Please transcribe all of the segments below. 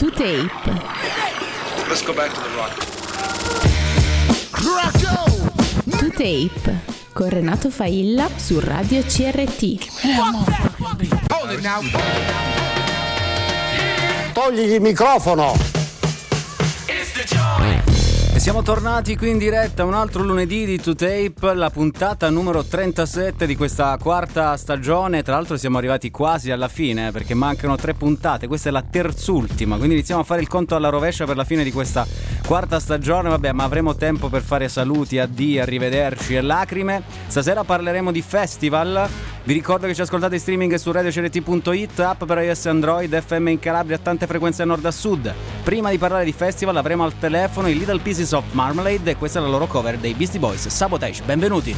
To Tape. Let's go back to the rock. To Tape con Renato Failla su Radio CRT. Togli il microfono. E siamo tornati qui in diretta un altro lunedì di To Tape, la puntata numero 37 di questa quarta stagione. Tra l'altro siamo arrivati quasi alla fine perché mancano 3 puntate, questa è la terzultima, quindi iniziamo a fare il conto alla rovescia per la fine di questa quarta stagione. Vabbè, ma avremo tempo per fare saluti, addii, arrivederci e lacrime. Stasera parleremo di festival. Vi ricordo che ci ascoltate in streaming su radiocrt.it, app per iOS e Android, FM in Calabria a tante frequenze a nord a sud. Prima di parlare di festival avremo al telefono i Little Pieces of Marmalade e questa è la loro cover dei Beastie Boys, Sabotage. Benvenuti!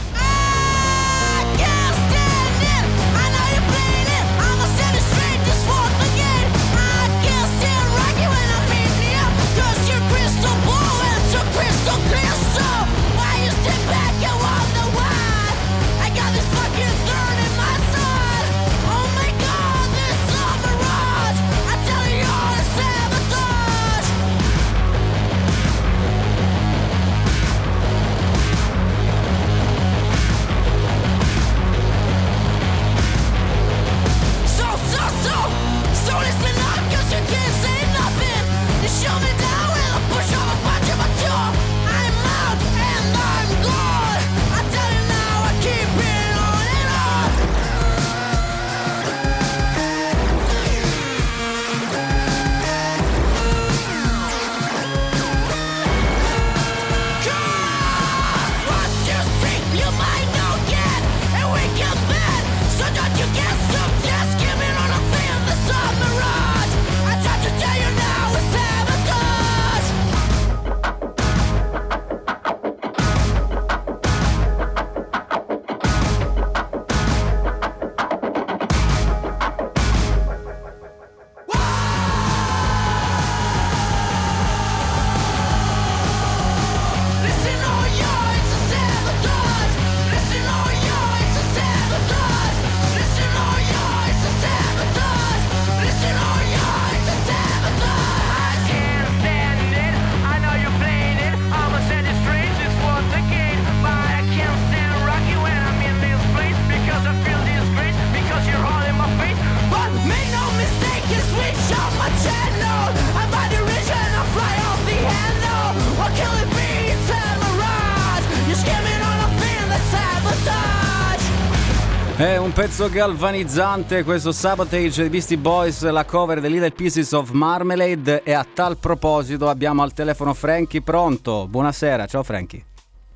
È un pezzo galvanizzante questo Sabotage dei Beastie Boys, la cover dei Little Pieces of Marmalade. E a tal proposito abbiamo al telefono Frankie pronto. Buonasera, ciao Frankie.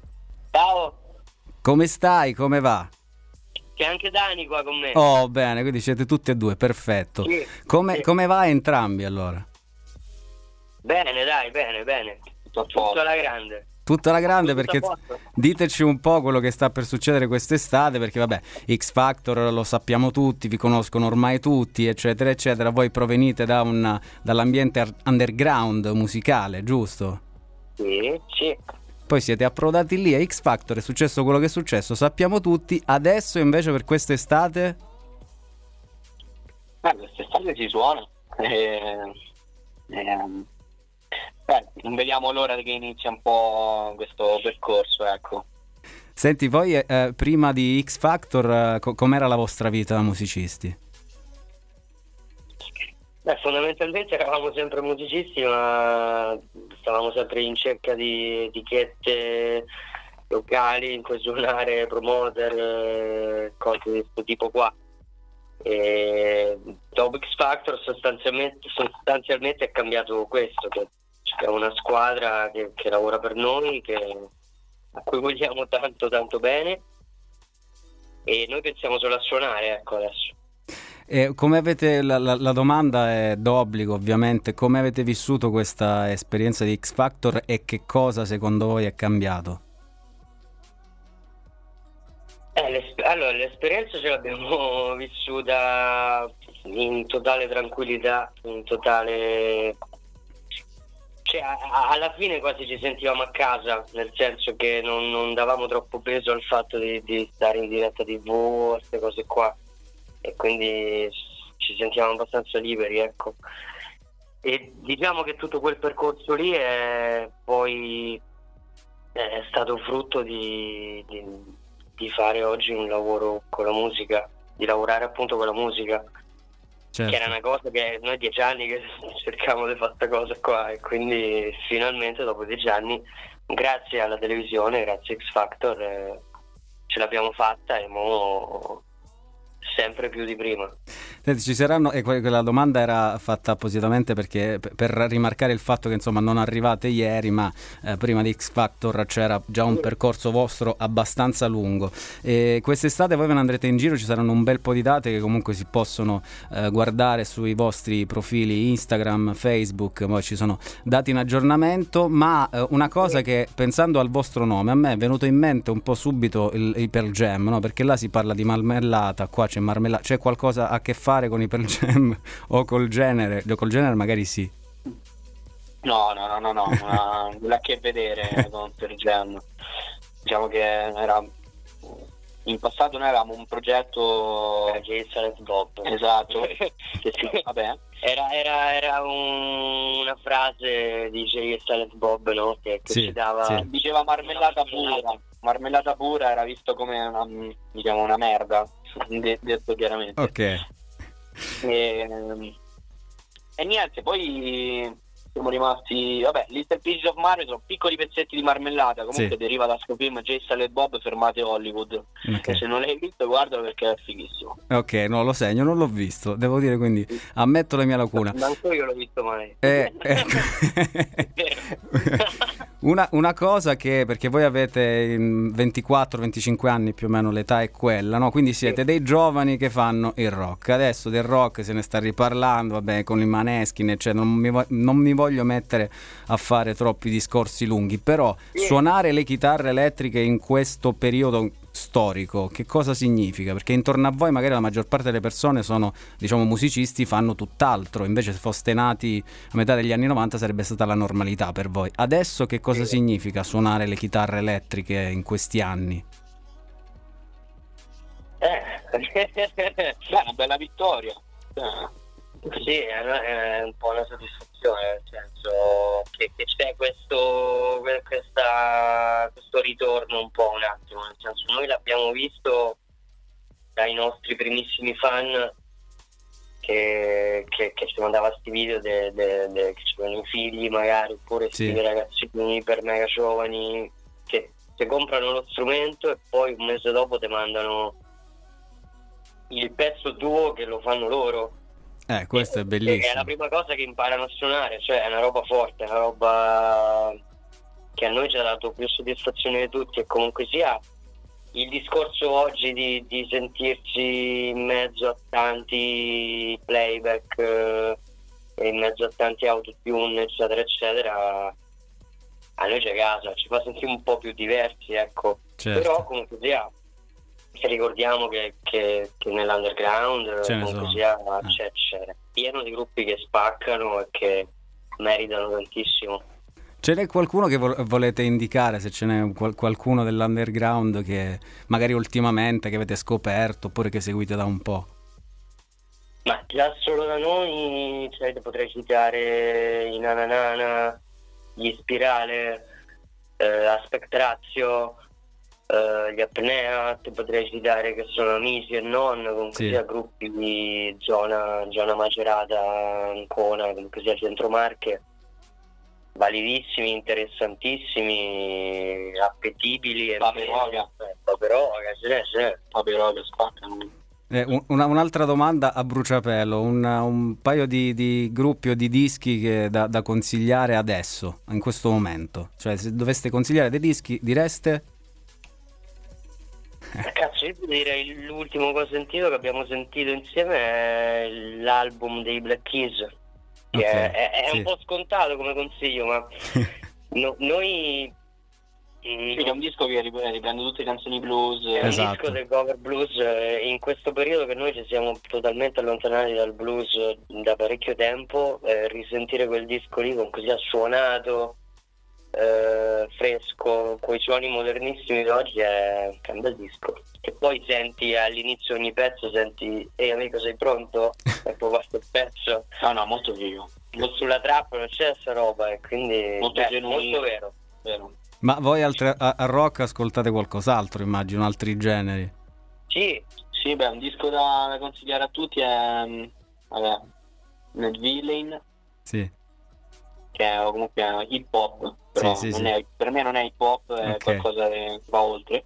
Ciao. Come stai? Come va? C'è anche Dani qua con me. Oh, bene, quindi siete tutti e due, perfetto. Sì, come, sì. come va entrambi allora? Bene, dai, bene. Tutto alla grande. Tutta la grande, Tutto perché a posto. diteci un po' quello che sta per succedere quest'estate, perché vabbè, X Factor lo sappiamo tutti, vi conoscono ormai tutti, eccetera eccetera. Voi provenite dall'ambiente underground musicale, giusto? Sì. Poi siete approdati lì a X Factor, è successo quello che è successo, sappiamo tutti. Adesso invece per quest'estate? Quest'estate si suona. Non vediamo l'ora che inizia un po' questo percorso, ecco. Senti, voi prima di X Factor com'era la vostra vita da musicisti? Fondamentalmente eravamo sempre musicisti, ma stavamo sempre in cerca di etichette locali in cui suonare, promoter, cose di questo tipo qua. E dopo X Factor sostanzialmente è cambiato questo, che c'è una squadra che lavora per noi, a cui vogliamo tanto bene, e noi pensiamo solo a suonare, ecco, adesso. E come avete, la domanda è d'obbligo ovviamente, come avete vissuto questa esperienza di X Factor e che cosa secondo voi è cambiato? Allora, l'esperienza ce l'abbiamo vissuta in totale tranquillità, in totale... Cioè, alla fine quasi ci sentivamo a casa, nel senso che non davamo troppo peso al fatto di stare in diretta TV, queste cose qua, e quindi ci sentivamo abbastanza liberi, ecco. E diciamo che tutto quel percorso lì è poi è stato frutto di fare oggi un lavoro con la musica, di lavorare appunto con la musica, Certo. che era una cosa che noi 10 anni che cercavamo di fare questa cosa qua, e quindi finalmente dopo 10 anni, grazie alla televisione, grazie a X Factor, ce l'abbiamo fatta, e mo sempre più di prima. Senti, ci saranno, e quella domanda era fatta appositamente perché per rimarcare il fatto che insomma non arrivate ieri, ma prima di X Factor c'era già un percorso vostro abbastanza lungo, e quest'estate voi ve ne andrete in giro, ci saranno un bel po' di date che comunque si possono guardare sui vostri profili Instagram, Facebook, poi ci sono dati in aggiornamento, ma una cosa che, pensando al vostro nome, a me è venuto in mente un po' subito il Pearl Jam, no? Perché là si parla di marmellata, qua c'è marmellata, c'è qualcosa a che fare con i Pearl Jam o col genere? Col genere magari sì. No, non ha nulla a che vedere con Pearl Jam. Diciamo che era, in passato noi avevamo un progetto Jay Silent Bob. esatto, che vabbè, Era una frase di Jay Silent Bob, no? Che Sì, citava, sì. diceva marmellata pura. Marmellata pura era visto come una merda, detto chiaramente. Ok. E niente, poi siamo rimasti, vabbè, Little Pieces of Marble sono piccoli pezzetti di marmellata, comunque Sì. deriva da sto film Jay Silent Bob, Fermate Hollywood. Ok. E se non l'hai visto, guardalo perché è fighissimo. Ok, no, lo segno, non l'ho visto, devo dire, quindi ammetto la mia lacuna. manco io l'ho visto mai. Ecco. Una cosa che, perché voi avete 24-25 anni più o meno, l'età è quella, no? Quindi siete dei giovani che fanno il rock. Adesso del rock se ne sta riparlando, vabbè, con i Maneskin, cioè non mi voglio mettere a fare troppi discorsi lunghi, però suonare le chitarre elettriche in questo periodo storico, che cosa significa? Perché intorno a voi magari la maggior parte delle persone sono, diciamo, musicisti, fanno tutt'altro, invece se foste nati a metà degli anni 90 sarebbe stata la normalità per voi. Adesso che cosa significa suonare le chitarre elettriche in questi anni? Beh, una bella vittoria. Sì, è un po' una soddisfazione, nel senso che c'è questo ritorno un po', un attimo, nel senso, noi l'abbiamo visto dai nostri primissimi fan che ci mandava sti video che ci avevano i figli magari, oppure Sì. sti ragazzini iper mega giovani che comprano lo strumento e poi un mese dopo ti mandano il pezzo tuo che lo fanno loro. Questo è È la bellissimo. prima cosa che imparano a suonare, cioè è una roba forte, è una roba che a noi ci ha dato più soddisfazione di tutti. E comunque sia, il discorso oggi di sentirsi in mezzo a tanti playback, in mezzo a tanti autotune, eccetera eccetera, a noi c'è casa, ci fa sentire un po' più diversi, ecco. Certo. Però comunque sia, ricordiamo che nell'underground Ce ne comunque sono. sia c'è pieno di gruppi che spaccano e che meritano tantissimo. Ce n'è qualcuno che volete indicare, se ce n'è qualcuno dell'underground che magari ultimamente che avete scoperto oppure che seguite da un po'? Ma già solo da noi, cioè, potrei citare i Nananana, gli Spirale, Aspectrazio, gli Apnea, ti potrei citare che sono amici e non, comunque Sì. sia gruppi di zona Macerata, Ancona, comunque sia Centro Marche, validissimi, interessantissimi, appetibili e Paperoga. Paperoga, c'è. Paperoga spaccano. Un'altra domanda a bruciapelo, un paio di gruppi o di dischi da consigliare adesso, in questo momento. Cioè, se doveste consigliare dei dischi, direste? Cazzo, io direi l'ultimo che ho sentito, che abbiamo sentito insieme, è l'album dei Black Keys, che Ok, è sì. un po' scontato come consiglio, ma noi Sì, che è un disco che riprende tutte le canzoni blues. è un Esatto. disco del cover blues, in questo periodo che noi ci siamo totalmente allontanati dal blues da parecchio tempo, risentire quel disco lì con così ha suonato, fresco, con i suoni modernissimi di oggi, è un bel disco. E poi senti all'inizio ogni pezzo, senti ehi amico sei pronto? E poi basta il pezzo. No, molto figo. Sulla trap non c'è sta roba e quindi molto genuino, molto vero. Ma voi al rock ascoltate qualcos'altro, immagino, altri generi? Sì, un disco da consigliare a tutti è Ned Villain, sì, che è comunque hip hop, però sì. per me non è hip hop, è qualcosa che va oltre.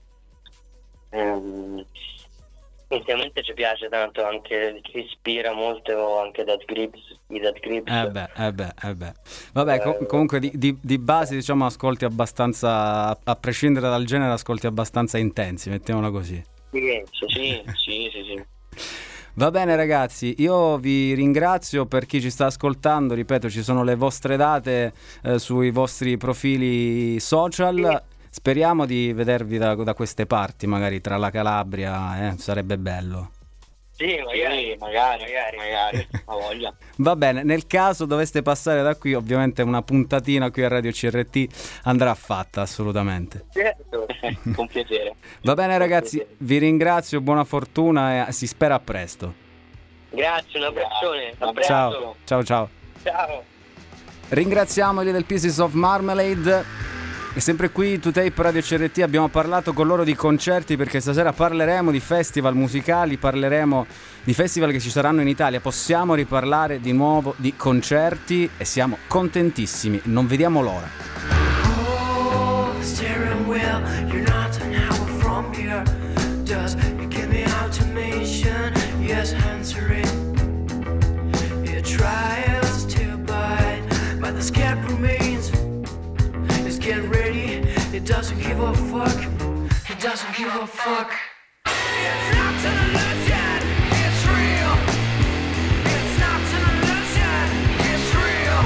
Inizialmente ci piace tanto, anche ci ispira molto anche i Dead Grips. Vabbè, comunque di base, diciamo, ascolti abbastanza, a prescindere dal genere, ascolti abbastanza intensi, mettiamola così. Sì. Va bene ragazzi, io vi ringrazio. Per chi ci sta ascoltando, ripeto, ci sono le vostre date sui vostri profili social. Speriamo di vedervi da queste parti, magari tra la Calabria, sarebbe bello. Sì, magari. Ha voglia. Va bene, nel caso doveste passare da qui, ovviamente una puntatina qui a Radio CRT andrà fatta, assolutamente. Certo. Con piacere. Va bene ragazzi, vi ringrazio, buona fortuna e si spera a presto. Grazie, un abbraccione. Ciao. Ringraziamo gli del Pieces of Marmalade. E sempre qui To Tape Radio CRT abbiamo parlato con loro di concerti, perché stasera parleremo di festival musicali, parleremo di festival che ci saranno in Italia. Possiamo riparlare di nuovo di concerti e siamo contentissimi, non vediamo l'ora. Oh, steering wheel, you're not an hour from here. Does it give me automation? Yes, answer it. It tries to bite, but the scared remains. It's getting ready, it doesn't give a fuck. It doesn't give a fuck. It's not an illusion, it's real. It's not an illusion, it's real.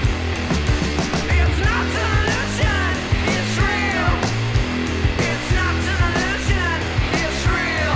It's not an illusion, it's real. It's not an illusion, it's real.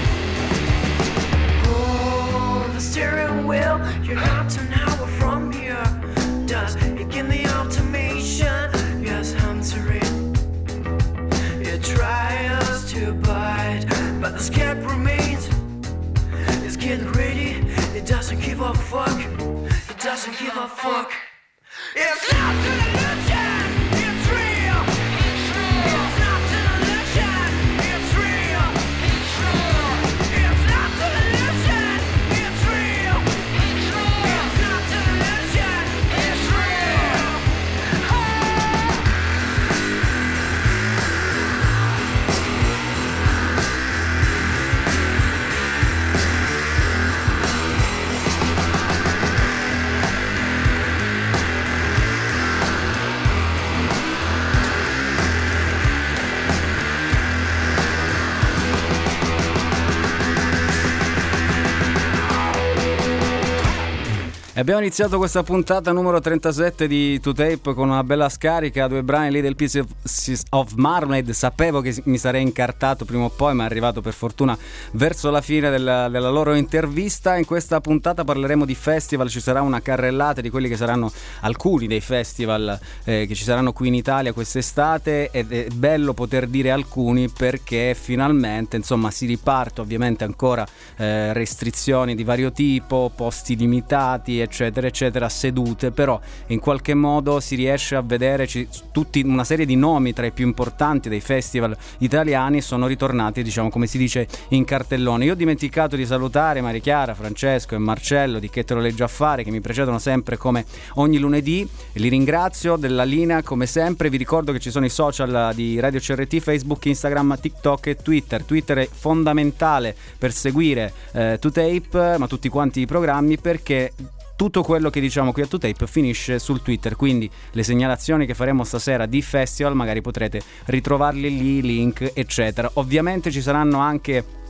Oh, the steering wheel, you're not an hour from here. Does it give me automation? Yes, answer it. It tries to bite, but the scab remains. It's getting ready, it doesn't give a fuck. It doesn't give a fuck. It's not an illusion, it's real. It's not an illusion, it's real. It's not an illusion, it's real. It's not an illusion, it's real. E abbiamo iniziato questa puntata numero 37 di To Tape con una bella scarica, 2 brani lì del Pieces of Marmalade. Sapevo che mi sarei incartato prima o poi, ma è arrivato per fortuna verso la fine della loro intervista. In questa puntata parleremo di festival, ci sarà una carrellata di quelli che saranno alcuni dei festival che ci saranno qui in Italia quest'estate, ed è bello poter dire alcuni perché finalmente, insomma, si riparte. Ovviamente ancora restrizioni di vario tipo, posti limitati, eccetera eccetera, sedute, però in qualche modo si riesce a vedere tutti, una serie di nomi tra i più importanti dei festival italiani sono ritornati, diciamo, come si dice, in cartellone. Io ho dimenticato di salutare Marichiara, Francesco e Marcello di Che te lo leggi a fare, che mi precedono sempre come ogni lunedì, li ringrazio della linea come sempre. Vi ricordo che ci sono i social di Radio CRT, Facebook, Instagram, TikTok e Twitter. Twitter è fondamentale per seguire To Tape, ma tutti quanti i programmi, perché tutto quello che diciamo qui a To Tape finisce sul Twitter, quindi le segnalazioni che faremo stasera di festival magari potrete ritrovarli lì, link eccetera. Ovviamente ci saranno anche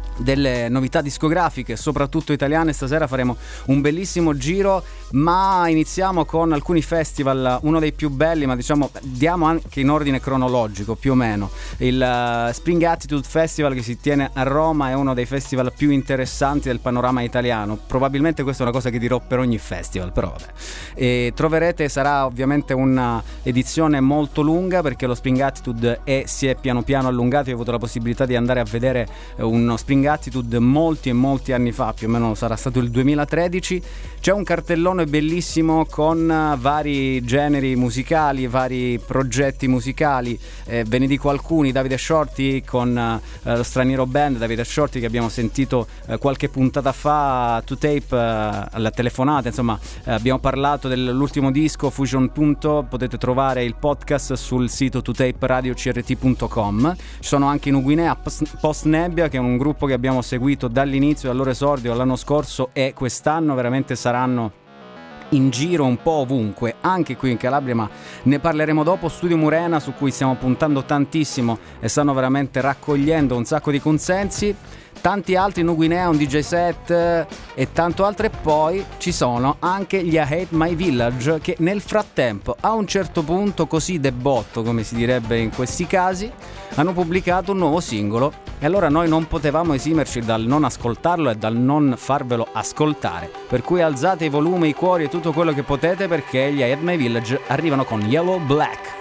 delle novità discografiche, soprattutto italiane. Stasera faremo un bellissimo giro, ma iniziamo con alcuni festival, uno dei più belli, ma diciamo diamo anche in ordine cronologico più o meno. Il Spring Attitude Festival che si tiene a Roma è uno dei festival più interessanti del panorama italiano. Probabilmente questa è una cosa che dirò per ogni festival, però vabbè. E troverete, sarà ovviamente una edizione molto lunga, perché lo Spring Attitude si è piano piano allungato. Io ho avuto la possibilità di andare a vedere uno Spring Attitude molti e molti anni fa, più o meno sarà stato il 2013. C'è un cartellone bellissimo con vari generi musicali, vari progetti musicali, ve ne dico alcuni: Davide Shorty con lo Straniero Band, Davide Shorty che abbiamo sentito qualche puntata fa, 2Tape alla telefonata, insomma abbiamo parlato dell'ultimo disco Fusion Punto. Potete trovare il podcast sul sito 2taperadiocrt.com. Ci sono anche in Uguinea Post Nebbia, che è un gruppo che abbiamo seguito dall'inizio, dal loro esordio l'anno scorso, e quest'anno veramente saranno in giro un po' ovunque, anche qui in Calabria, ma ne parleremo dopo. Studio Murena, su cui stiamo puntando tantissimo e stanno veramente raccogliendo un sacco di consensi. Tanti altri, in Guinea un DJ set e tanto altro. E poi ci sono anche gli I Hate My Village, che nel frattempo, a un certo punto, così de botto come si direbbe in questi casi, hanno pubblicato un nuovo singolo, e allora noi non potevamo esimerci dal non ascoltarlo e dal non farvelo ascoltare. Per cui alzate i volumi, i cuori e tutto quello che potete, perché gli I Hate My Village arrivano con Yellow Black.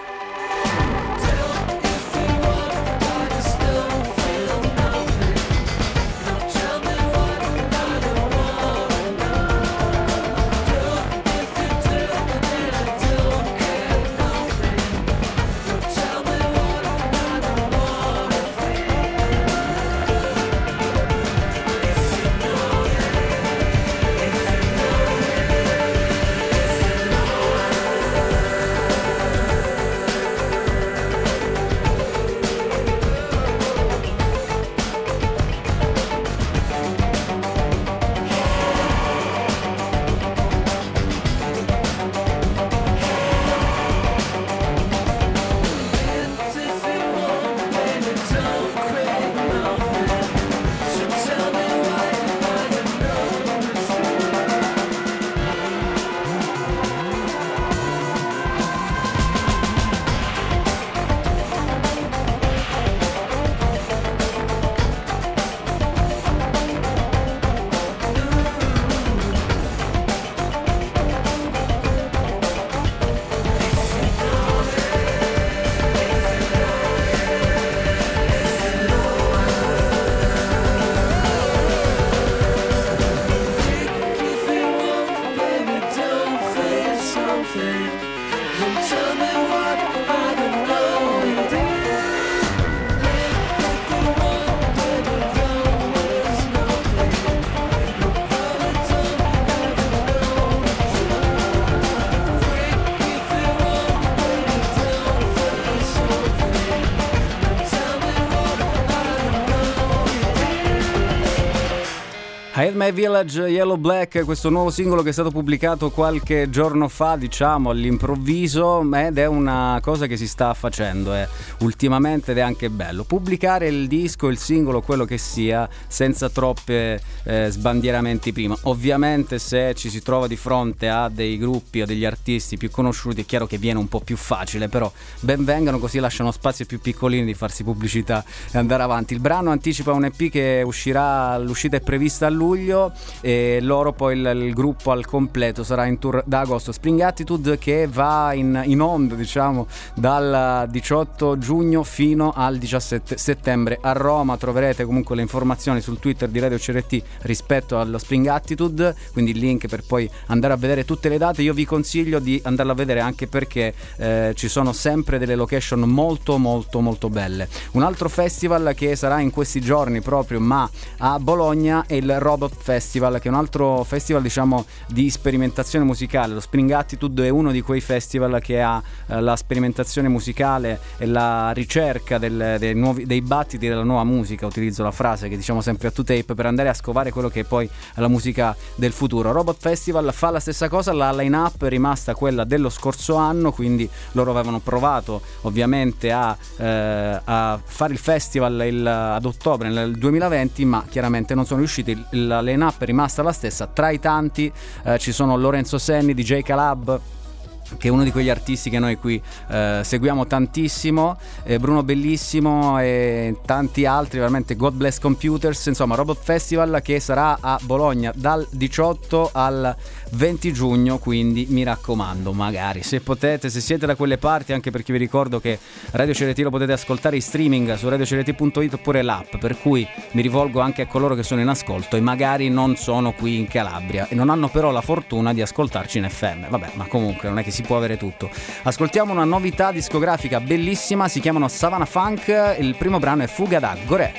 I Hate My Village, Yellow Black, questo nuovo singolo che è stato pubblicato qualche giorno fa, diciamo all'improvviso, ed è una cosa che si sta facendo ultimamente, ed è anche bello pubblicare il disco, il singolo, quello che sia, senza troppe sbandieramenti prima. Ovviamente se ci si trova di fronte a dei gruppi o degli artisti più conosciuti è chiaro che viene un po' più facile, però ben vengano, così lasciano spazio più piccolini di farsi pubblicità e andare avanti. Il brano anticipa un EP che uscirà, l'uscita è prevista a luglio, e loro poi il gruppo al completo sarà in tour da agosto. Spring Attitude che va in onda, diciamo, dal 18 giugno fino al 17 settembre a Roma. Troverete comunque le informazioni sul Twitter di Radio CRT rispetto allo Spring Attitude, quindi il link per poi andare a vedere tutte le date. Io vi consiglio di andarlo a vedere, anche perché ci sono sempre delle location molto molto molto belle. Un altro festival che sarà in questi giorni proprio, ma a Bologna, è il Robot Festival, che è un altro festival, diciamo, di sperimentazione musicale. Lo Spring Attitude è uno di quei festival che ha la sperimentazione musicale e la ricerca dei battiti della nuova musica. Utilizzo la frase che diciamo sempre a 2Tape per andare a scovare quello che è poi la musica del futuro. Robot Festival fa la stessa cosa, la line-up è rimasta quella dello scorso anno, quindi loro avevano provato ovviamente a fare il festival ad ottobre nel 2020, ma chiaramente non sono riusciti. La line-up è rimasta la stessa. Tra i tanti ci sono Lorenzo Senni, DJ Calab, che è uno di quegli artisti che noi qui seguiamo tantissimo, Bruno Bellissimo e tanti altri, veramente God Bless Computers. Insomma, Robot Festival che sarà a Bologna dal 18 al 20 giugno, quindi mi raccomando, magari se potete, se siete da quelle parti, anche perché vi ricordo che Radio CRT lo potete ascoltare in streaming su radiocrt.it oppure l'app, per cui mi rivolgo anche a coloro che sono in ascolto e magari non sono qui in Calabria e non hanno però la fortuna di ascoltarci in FM. Vabbè, ma comunque non è che si può avere tutto. Ascoltiamo una novità discografica bellissima, si chiamano Savannah Funk, il primo brano è Fuga da Gorée.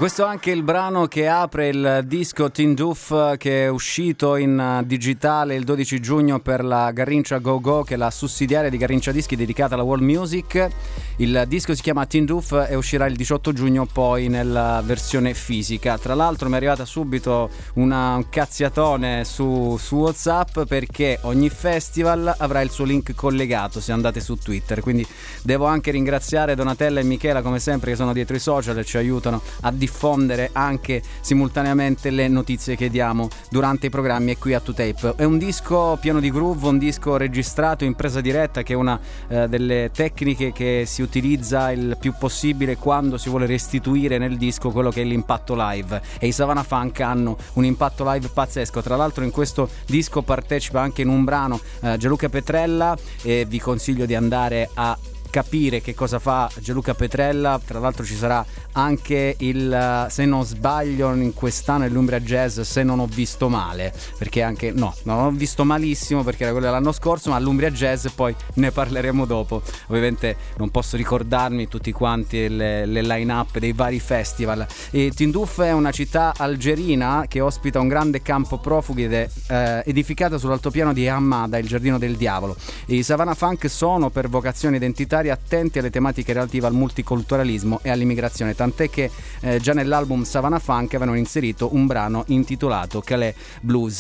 Questo è anche il brano che apre il disco Tin Doof, che è uscito in digitale il 12 giugno per la Garrincia Go Go, che è la sussidiaria di Garrincia Dischi dedicata alla world music. Il disco si chiama Tin Doof e uscirà il 18 giugno poi nella versione fisica. Tra l'altro mi è arrivata subito un cazziatone su WhatsApp, perché ogni festival avrà il suo link collegato se andate su Twitter, quindi devo anche ringraziare Donatella e Michela come sempre, che sono dietro i social e ci aiutano a diffondere anche simultaneamente le notizie che diamo durante i programmi e qui a 2Tape. È un disco pieno di groove, un disco registrato in presa diretta, che è una delle tecniche che si utilizza il più possibile quando si vuole restituire nel disco quello che è l'impatto live, e i Savannah Funk hanno un impatto live pazzesco. Tra l'altro in questo disco partecipa anche in un brano Gianluca Petrella, e vi consiglio di andare a capire che cosa fa Gianluca Petrella. Tra l'altro ci sarà anche il, se non sbaglio, in quest'anno l'Umbria Jazz, se non ho visto male, perché anche non ho visto malissimo perché era quello dell'anno scorso, ma l'Umbria Jazz poi ne parleremo dopo. Ovviamente non posso ricordarmi tutti quanti le line-up dei vari festival. E Tin Doof è una città algerina che ospita un grande campo profughi ed è edificata sull'altopiano di Hamada, il giardino del diavolo. I Savannah Funk sono per vocazione identitaria attenti alle tematiche relative al multiculturalismo e all'immigrazione, tant'è che già nell'album Savannah Funk avevano inserito un brano intitolato Calais Blues.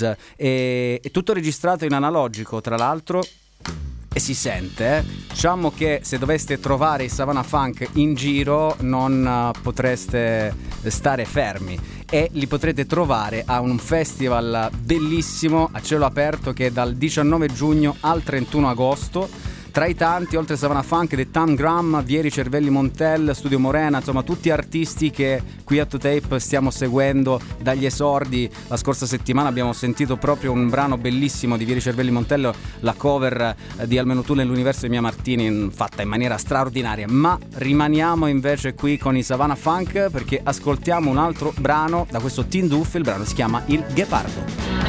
È tutto registrato in analogico, tra l'altro, e si sente. Diciamo che se doveste trovare i Savannah Funk in giro non potreste stare fermi, e li potrete trovare a un festival bellissimo a cielo aperto che è dal 19 giugno al 31 agosto. Tra i tanti, oltre a Savannah Funk, The Tam Gram, Vieri Cervelli Montel, Studio Morena, insomma tutti artisti che qui a 2Tape stiamo seguendo dagli esordi. La scorsa settimana abbiamo sentito proprio un brano bellissimo di Vieri Cervelli Montello, la cover di Almeno tu nell'universo di Mia Martini, fatta in maniera straordinaria. Ma rimaniamo invece qui con i Savannah Funk, perché ascoltiamo un altro brano da questo Tin Doof. Il brano si chiama Il Ghepardo.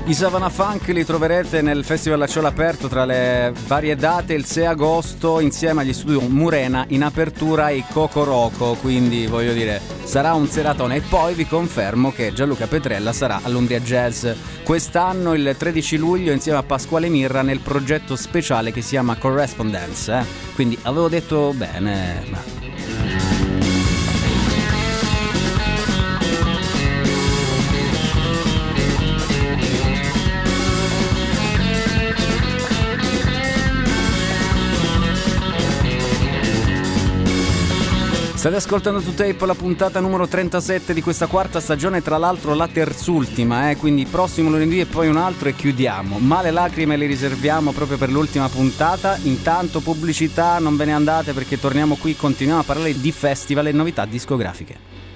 I Savannah Funk li troverete nel Festival a cielo aperto tra le varie date il 6 agosto insieme agli Studio Murena in apertura ai Cocoroco, quindi voglio dire sarà un seratone. E poi vi confermo che Gianluca Petrella sarà all'Umbria Jazz quest'anno il 13 luglio insieme a Pasquale Mirra nel progetto speciale che si chiama Correspondence, quindi avevo detto bene, ma... State ascoltando 2Tape, la puntata numero 37 di questa quarta stagione, tra l'altro la terzultima, quindi prossimo lunedì e poi un altro e chiudiamo. Ma le lacrime le riserviamo proprio per l'ultima puntata. Intanto pubblicità, non ve ne andate perché torniamo qui, continuiamo a parlare di festival e novità discografiche.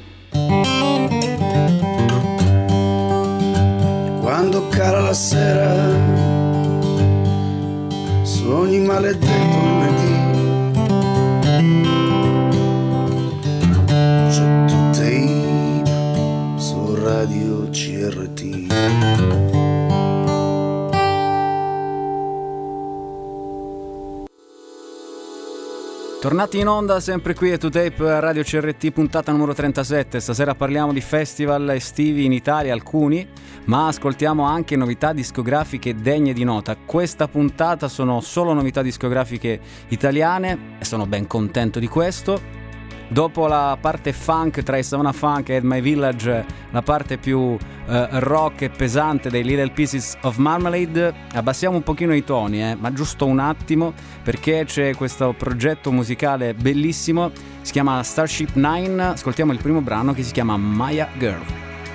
Quando cala la sera su ogni maledetto lunedì c'è 2Tape su Radio CRT. Tornati in onda sempre qui a 2Tape Radio CRT, puntata numero 37. Stasera parliamo di festival estivi in Italia, alcuni, ma ascoltiamo anche novità discografiche degne di nota. Questa puntata sono solo novità discografiche italiane e sono ben contento di questo. Dopo la parte funk tra i Savannah Funk e My Village, la parte più rock e pesante dei Little Pieces of Marmalade, abbassiamo un pochino i toni, ma giusto un attimo, perché c'è questo progetto musicale bellissimo, si chiama Starship Nine. Ascoltiamo il primo brano che si chiama Maya Girl.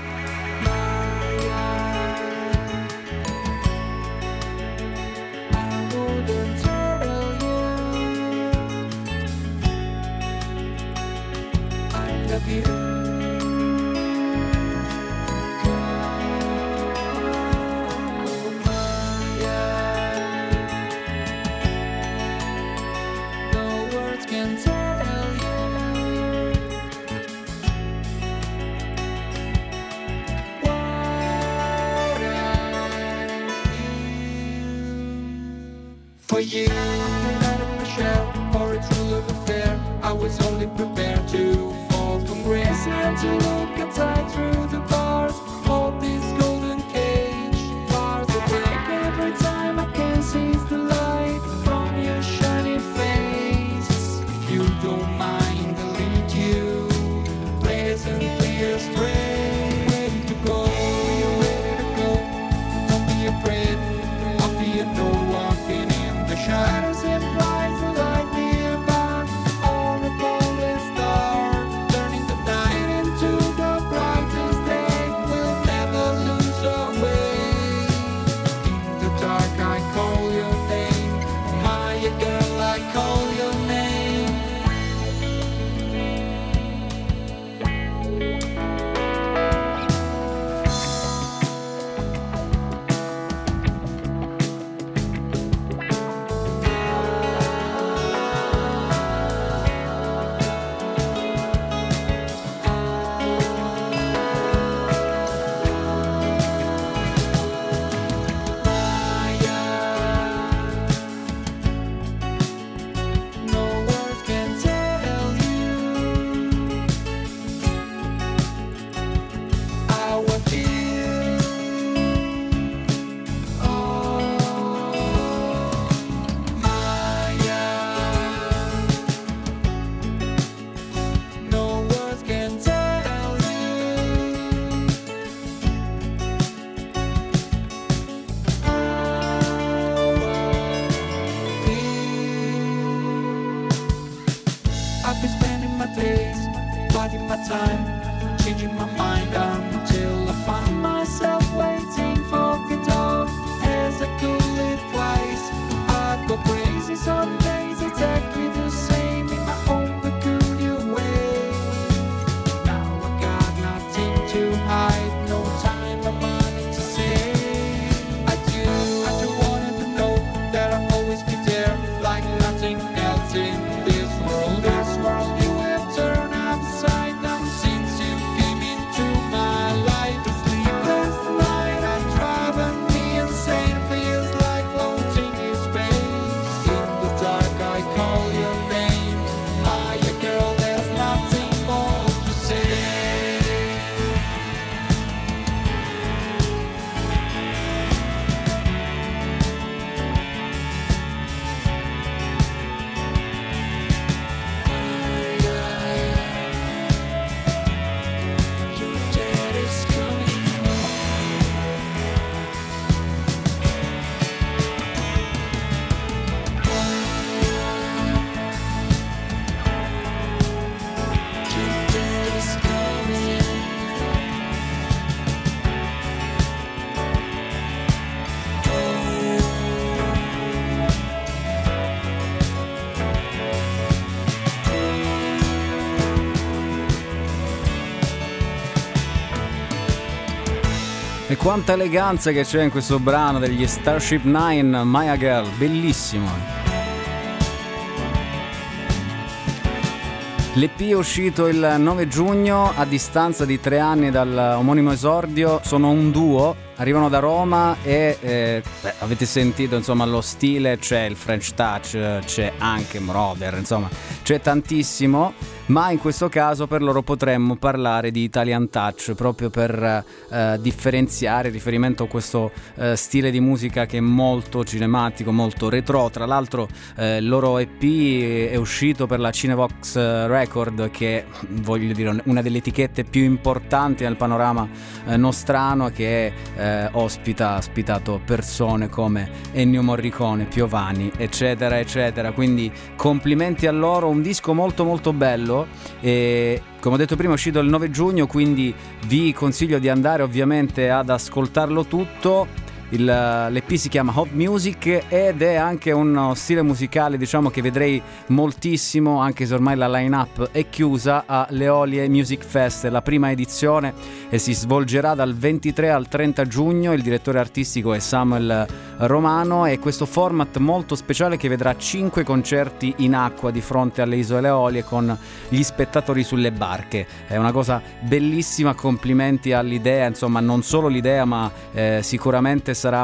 For you, Michelle, for a true love affair, I was only prepared to fall from grace and to look outside through the bars of this golden cage. Bars that break every time I can seize the light from your shiny face. If you don't mind, I'll lead you pleasantly astray. Ready to go, you're ready to go. Don't be afraid, I'll be a no walking in the shadows and flies the light nearby. On a golden star, turning the night into the brightest day. We'll never lose our way. In the dark I call your name, Maya girl, I call your name. No words can tell you how I feel. Oh, Maya. No words can tell you how I feel. I've been spending my days, biding my time, changing my mind until I find myself waiting for the door. As I cool it twice, I go crazy some days, exactly the same in my own peculiar way. Now I got nothing to hide, no time or money to save. I do want you to know that I'll always be there, like nothing else in this world. This world you have turned upside down since you came into my E quanta eleganza che c'è in questo brano degli Starship Nine, Maya Girl, bellissimo. L'EP è uscito il 9 giugno, a distanza di 3 anni dal omonimo esordio. Sono un duo, arrivano da Roma e avete sentito, insomma, lo stile, c'è il French touch, c'è anche Moroder, insomma c'è tantissimo, ma in questo caso per loro potremmo parlare di Italian touch, proprio per differenziare riferimento a questo stile di musica che è molto cinematico, molto retro. Tra l'altro il loro EP è uscito per la Cinevox Record, che voglio dire una delle etichette più importanti nel panorama nostrano, che ha ospitato persone come Ennio Morricone, Piovani, eccetera eccetera. Quindi complimenti a loro, un disco molto molto bello. E come ho detto prima è uscito il 9 giugno, quindi vi consiglio di andare ovviamente ad ascoltarlo tutto. L'EP si chiama Hot Music ed è anche uno stile musicale, diciamo, che vedrei moltissimo, anche se ormai la line-up è chiusa, alle Eolie Music Fest, la prima edizione, e si svolgerà dal 23 al 30 giugno. Il direttore artistico è Samuel Romano, e questo format molto speciale che vedrà 5 concerti in acqua di fronte alle isole Eolie con gli spettatori sulle barche. È una cosa bellissima, complimenti all'idea, insomma non solo l'idea, ma sicuramente sarà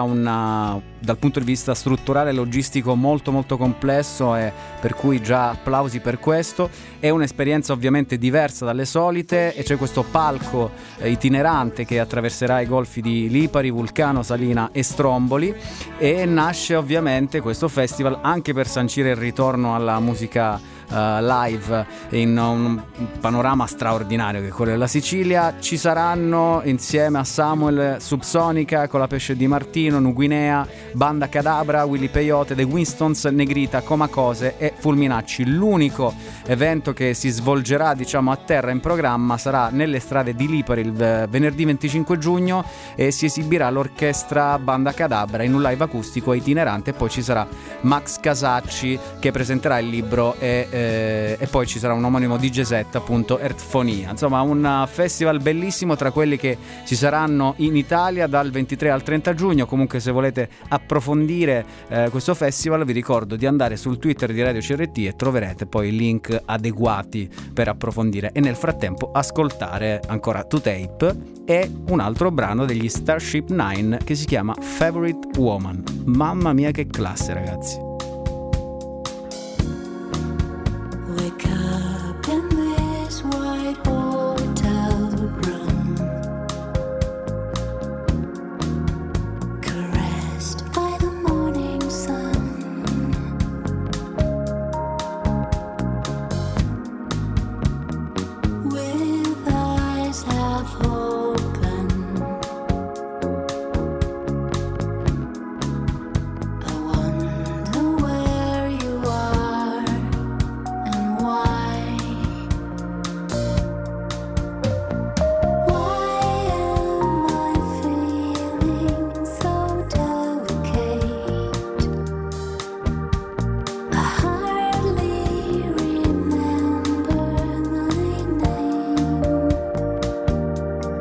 dal punto di vista strutturale e logistico molto molto complesso, e per cui già applausi per questo. È un'esperienza ovviamente diversa dalle solite, e c'è questo palco itinerante che attraverserà i golfi di Lipari, Vulcano, Salina e Stromboli, e nasce ovviamente questo festival anche per sancire il ritorno alla musica live in un panorama straordinario che è quello della Sicilia. Ci saranno insieme a Samuel Subsonica, con la Pesce di Martino, Nuguinea, Banda Cadabra, Willy Peyote, The Winstons, Negrita, Comacose e Fulminacci. L'unico evento che si svolgerà, diciamo, a terra in programma sarà nelle strade di Lipari il venerdì 25 giugno, e si esibirà l'orchestra Banda Cadabra in un live acustico itinerante, e poi ci sarà Max Casacci che presenterà il libro, e poi ci sarà un omonimo DJ set, appunto, Earthfonia. Insomma, un festival bellissimo, tra quelli che ci saranno in Italia dal 23 al 30 giugno. Comunque, se volete approfondire questo festival, vi ricordo di andare sul Twitter di Radio CRT e troverete poi i link adeguati per approfondire, e nel frattempo ascoltare ancora To Tape e un altro brano degli Starship Nine che si chiama Favorite Woman. Mamma mia che classe, ragazzi. Wake up in this white hotel room, caressed by the morning sun, with eyes half open. I wonder where you are and why. Why am I feeling so delicate? I hardly remember my name.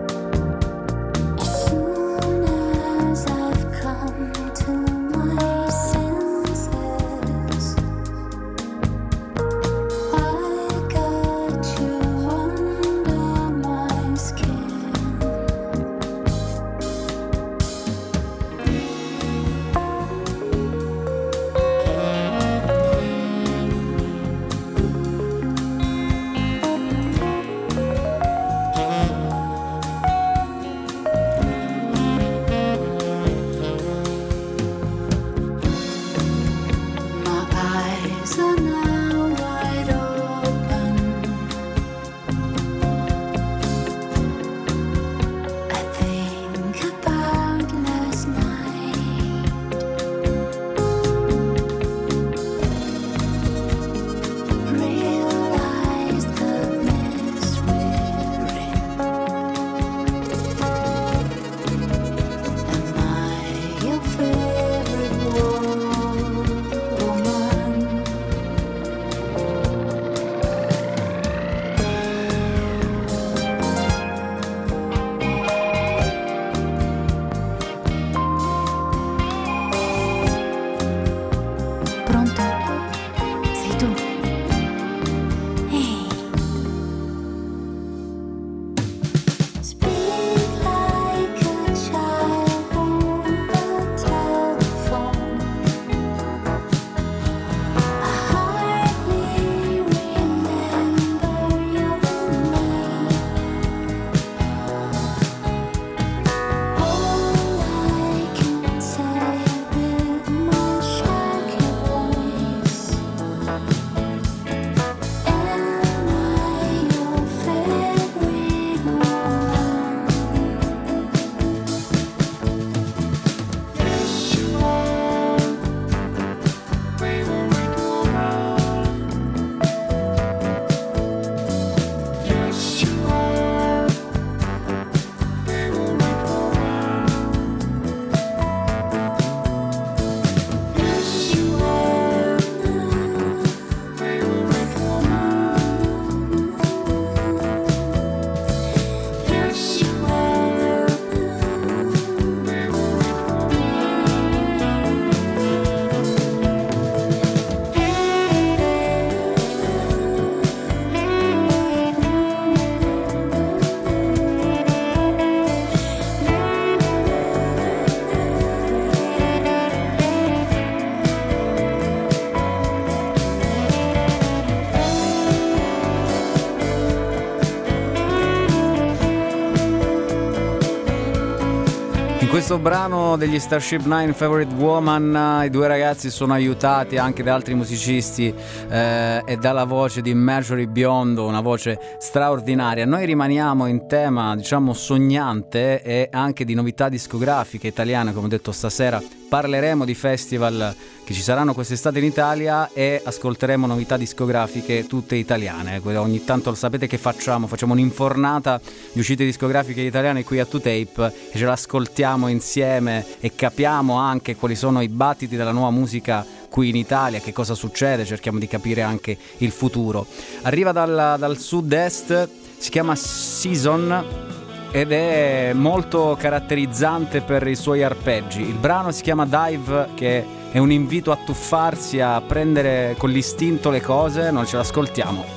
questo brano degli Starship Nine, Favorite Woman, i due ragazzi sono aiutati anche da altri musicisti e dalla voce di Marjorie Biondo, una voce straordinaria. Noi rimaniamo in tema, diciamo, sognante e anche di novità discografiche italiane. Come ho detto, stasera parleremo di festival che ci saranno quest'estate in Italia e ascolteremo novità discografiche tutte italiane. Ogni tanto lo sapete che facciamo un'infornata di uscite discografiche italiane qui a 2Tape e ce l'ascoltiamo insieme e capiamo anche quali sono i battiti della nuova musica qui in Italia, che cosa succede, cerchiamo di capire anche il futuro. Arriva dal sud-est, si chiama Season ed è molto caratterizzante per i suoi arpeggi. Il brano si chiama Dive, che è un invito a tuffarsi, a prendere con l'istinto le cose. Noi ce l'ascoltiamo.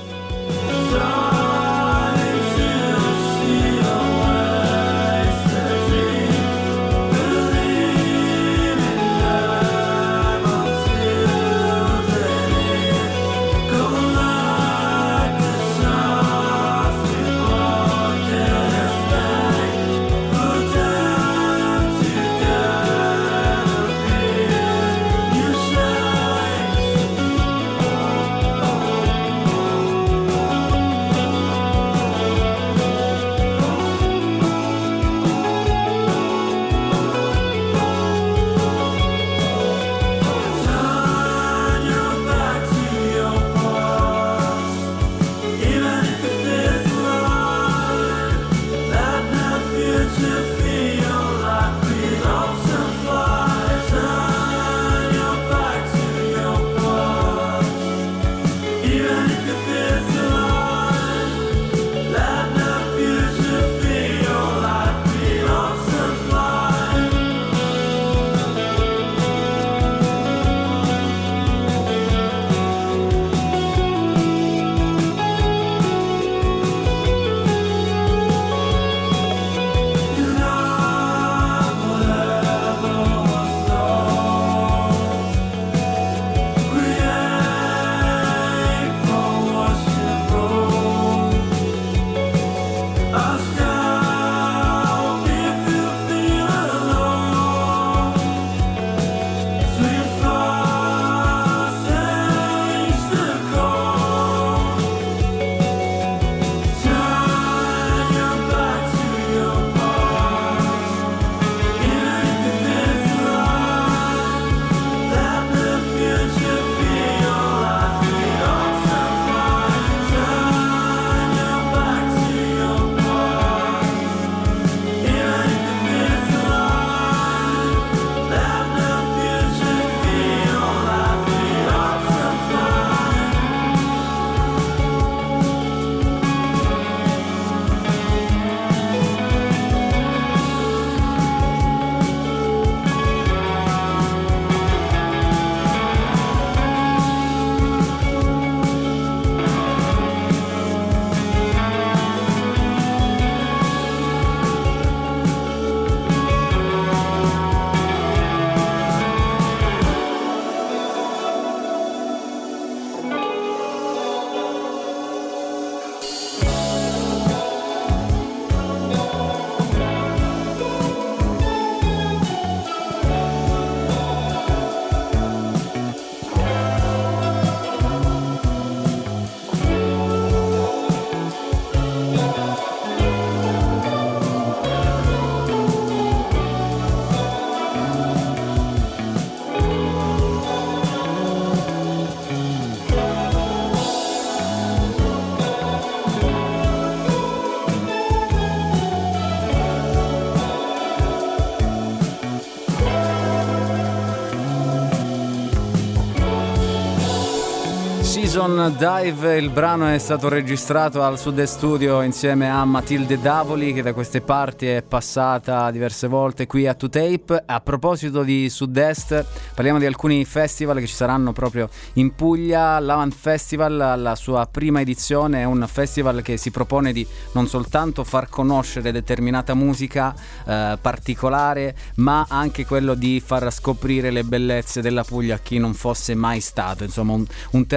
Season Dive, il brano è stato registrato al Sud-Est Studio insieme a Matilde Davoli, che da queste parti è passata diverse volte qui a 2Tape. A proposito di Sud-Est, parliamo di alcuni festival che ci saranno proprio in Puglia. L'Avant Festival, la sua prima edizione, è un festival che si propone di non soltanto far conoscere determinata musica particolare, ma anche quello di far scoprire le bellezze della Puglia a chi non fosse mai stato. Insomma, un terreno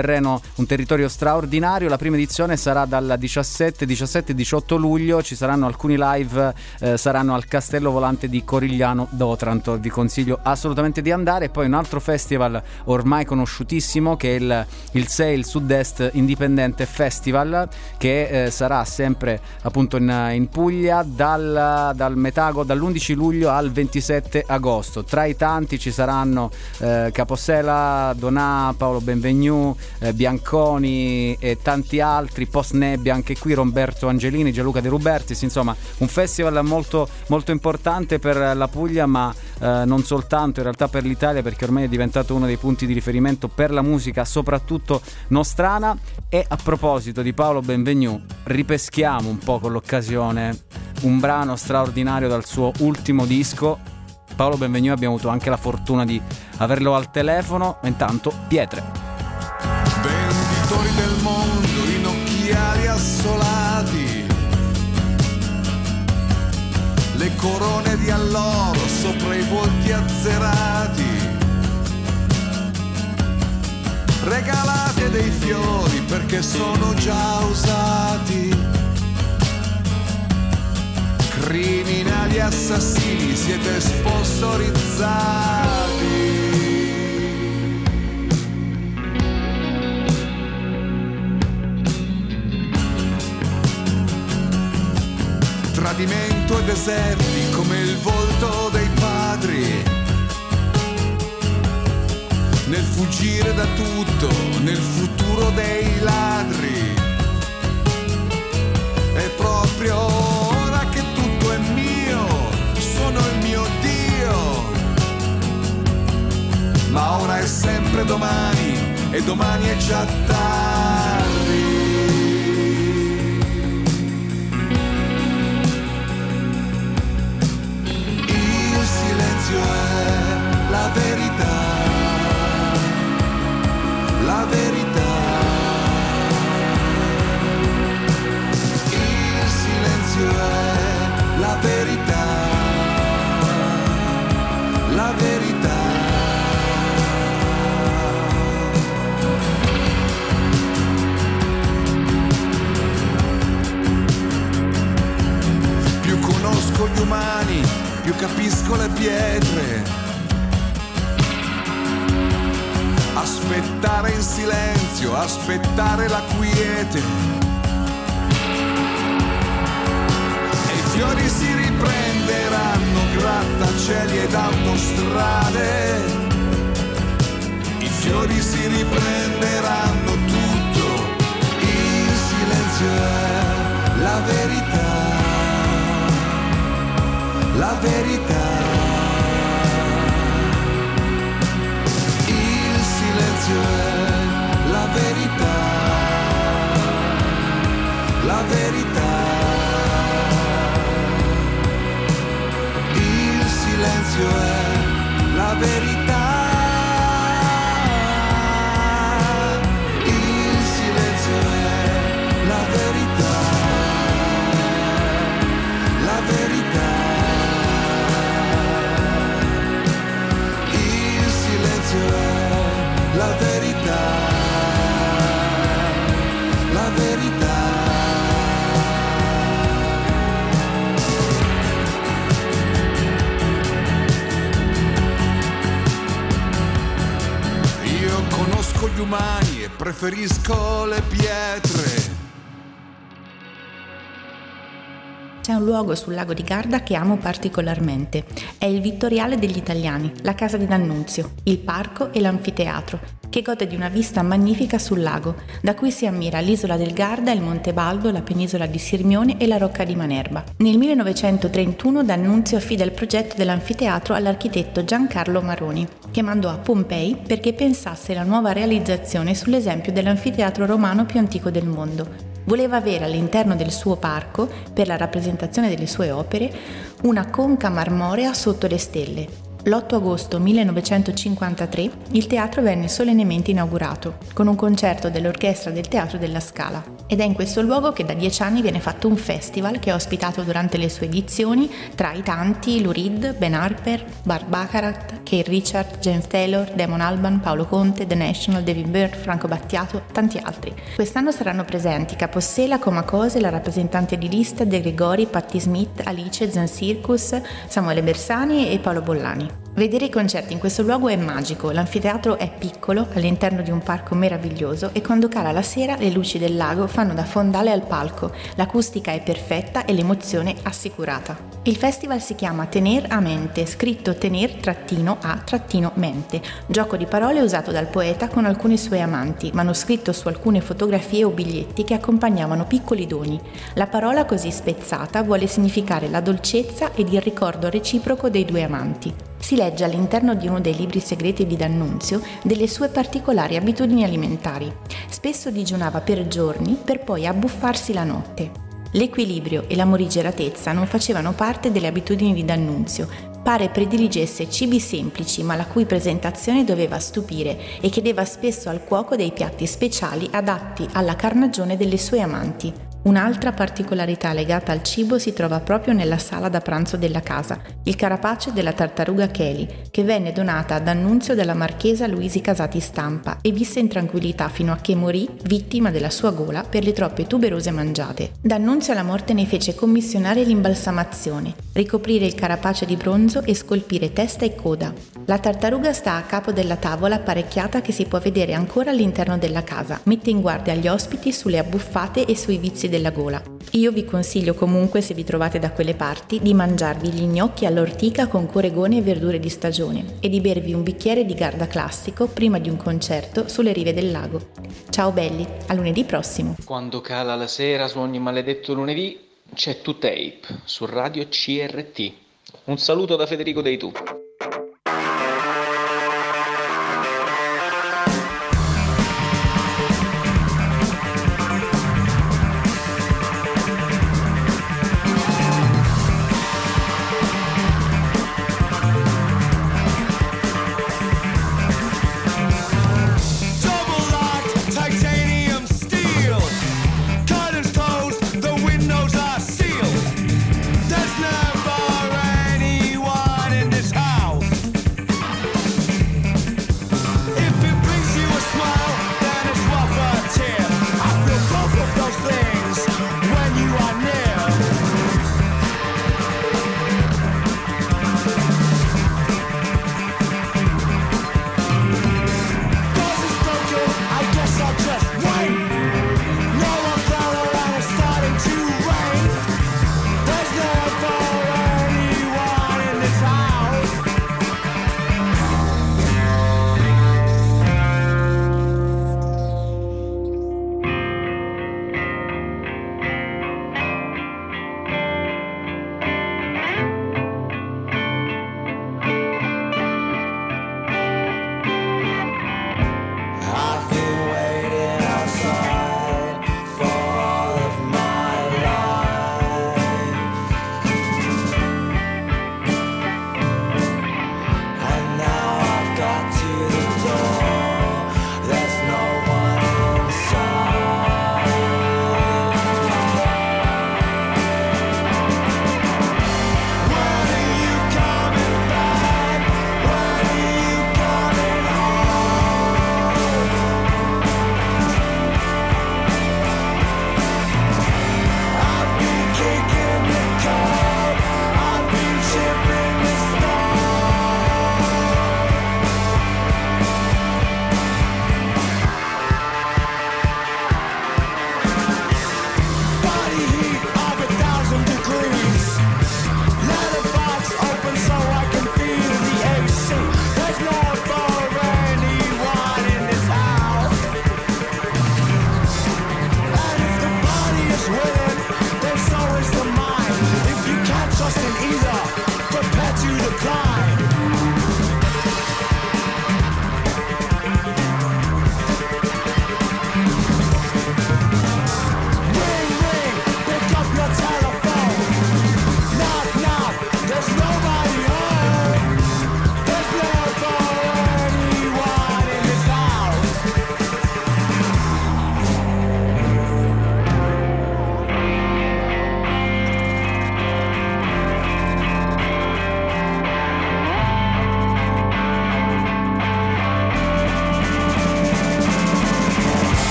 un territorio straordinario. La prima edizione sarà dal 17 e 18 luglio, ci saranno alcuni live, saranno al Castello Volante di Corigliano d'Otranto, vi consiglio assolutamente di andare. E poi un altro festival ormai conosciutissimo che è il SEI, il Sud-Est Indipendente Festival, che sarà sempre appunto in Puglia dall'11 luglio al 27 agosto. Tra i tanti ci saranno Capossela, Donà, Paolo Benvenu, Bianconi e tanti altri, Post Nebbia anche qui, Roberto Angelini, Gianluca De Rubertis, insomma un festival molto, molto importante per la Puglia, ma non soltanto, in realtà per l'Italia, perché ormai è diventato uno dei punti di riferimento per la musica soprattutto nostrana. E a proposito di Paolo Benvenu, ripeschiamo un po' con l'occasione un brano straordinario dal suo ultimo disco. Paolo Benvenu abbiamo avuto anche la fortuna di averlo al telefono. Intanto Pietre. Venditori del mondo in occhiali assolati, le corone di alloro sopra i volti azzerati, regalate dei fiori perché sono già usati, criminali assassini siete sponsorizzati. Tradimento e deserti come il volto dei padri, nel fuggire da tutto, nel futuro dei ladri. È proprio ora che tutto è mio, sono il mio Dio. Ma ora è sempre domani e domani è già tardi. Il silenzio è la verità. La verità, il silenzio è la verità, la verità. Più conosco gli umani, più capisco le pietre. Aspettare in silenzio, aspettare la quiete. E i fiori si riprenderanno, grattacieli ed autostrade. I fiori si riprenderanno tutto. Il silenzio è la verità. La verità. La verità, la verità, il silenzio è la verità, il silenzio è la verità, la verità, il silenzio è la verità, la verità. Io conosco gli umani e preferisco le pietre. C'è un luogo sul lago di Garda che amo particolarmente. È il Vittoriale degli Italiani, la casa di D'Annunzio, il parco e l'anfiteatro, che gode di una vista magnifica sul lago, da cui si ammira l'isola del Garda, il Monte Baldo, la penisola di Sirmione e la Rocca di Manerba. Nel 1931 D'Annunzio affida il progetto dell'anfiteatro all'architetto Giancarlo Maroni, che mandò a Pompei perché pensasse la nuova realizzazione sull'esempio dell'anfiteatro romano più antico del mondo. Voleva avere all'interno del suo parco, per la rappresentazione delle sue opere, una conca marmorea sotto le stelle. L'8 agosto 1953 il teatro venne solennemente inaugurato con un concerto dell'orchestra del Teatro della Scala ed è in questo luogo che da 10 anni viene fatto un festival che ha ospitato durante le sue edizioni tra i tanti Lou Reed, Ben Harper, Burt Bacharach, Keith Richards, James Taylor, Damon Albarn, Paolo Conte, The National, David Byrne, Franco Battiato, tanti altri. Quest'anno saranno presenti Capossela, Comacose, la rappresentante di lista, De Gregori, Patti Smith, Alice, Zen Circus, Samuele Bersani e Paolo Bollani. Vedere i concerti in questo luogo è magico, l'anfiteatro è piccolo all'interno di un parco meraviglioso e quando cala la sera le luci del lago fanno da fondale al palco, l'acustica è perfetta e l'emozione assicurata. Il festival si chiama Tener a Mente, scritto tener-a-mente, gioco di parole usato dal poeta con alcuni suoi amanti, manoscritto su alcune fotografie o biglietti che accompagnavano piccoli doni. La parola così spezzata vuole significare la dolcezza ed il ricordo reciproco dei due amanti. Si legge all'interno di uno dei libri segreti di D'Annunzio delle sue particolari abitudini alimentari. Spesso digiunava per giorni per poi abbuffarsi la notte. L'equilibrio e la morigeratezza non facevano parte delle abitudini di D'Annunzio. Pare prediligesse cibi semplici ma la cui presentazione doveva stupire e chiedeva spesso al cuoco dei piatti speciali adatti alla carnagione delle sue amanti. Un'altra particolarità legata al cibo si trova proprio nella sala da pranzo della casa, il carapace della tartaruga Kelly, che venne donata ad D'Annunzio dalla marchesa Luisi Casati Stampa e visse in tranquillità fino a che morì vittima della sua gola per le troppe tuberose mangiate. D'Annunzio alla morte ne fece commissionare l'imbalsamazione, ricoprire il carapace di bronzo e scolpire testa e coda. La tartaruga sta a capo della tavola apparecchiata che si può vedere ancora all'interno della casa, mette in guardia gli ospiti sulle abbuffate e sui vizi della gola. Io vi consiglio comunque, se vi trovate da quelle parti, di mangiarvi gli gnocchi all'ortica con coregone e verdure di stagione e di bervi un bicchiere di Garda classico prima di un concerto sulle rive del lago. Ciao belli, a lunedì prossimo. Quando cala la sera su ogni maledetto lunedì c'è 2Tape su Radio CRT. Un saluto da Federico Dei Tu. There's never anyone in this house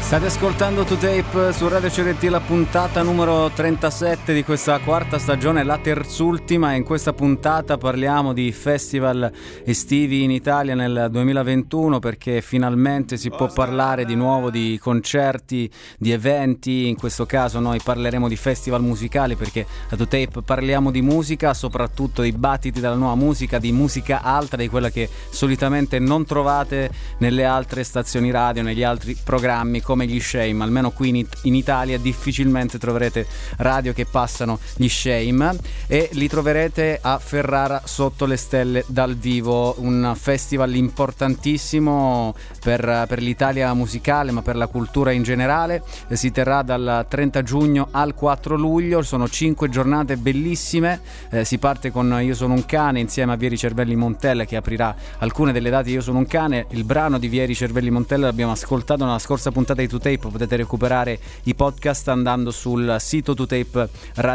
State ascoltando 2Tape su Radio CRT, la puntata numero 37 di questa quarta stagione, la terzultima, e in questa puntata parliamo di festival estivi in Italia nel 2021, perché finalmente si può parlare di nuovo di concerti, di eventi. In questo caso noi parleremo di festival musicali, perché a 2Tape parliamo di musica, soprattutto di battiti della nuova musica, di musica alta, di quella che solitamente non trovate nelle altre stazioni radio, negli altri programmi come gli Shame. Almeno qui in Italia difficilmente troverete radio che passano gli Shame, e li troverete a Ferrara sotto le stelle dal vivo, un festival importantissimo per l'Italia musicale, ma per la cultura in generale. Si terrà dal 30 giugno al 4 luglio, sono 5 giornate bellissime. Si parte con Io sono un cane insieme a Vieri Cervelli Montella, che aprirà alcune delle date di Io sono un cane. Il brano di Vieri Cervelli Montella l'abbiamo ascoltato nella scorsa puntata di 2Tape, potete recuperare i podcast andando sul sito 2Tape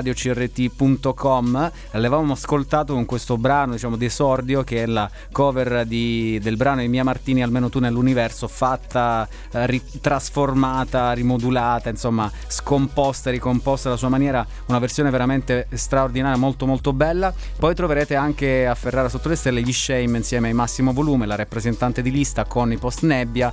radiocrt.com. L'avevamo ascoltato con questo brano, diciamo, di esordio, che è la cover del brano di Mia Martini, Almeno tu nell'universo, fatta, trasformata, rimodulata, insomma scomposta, ricomposta alla sua maniera, una versione veramente straordinaria, molto molto bella. Poi troverete anche a Ferrara sotto le stelle gli Shame insieme ai Massimo Volume, la rappresentante di lista con i Post Nebbia,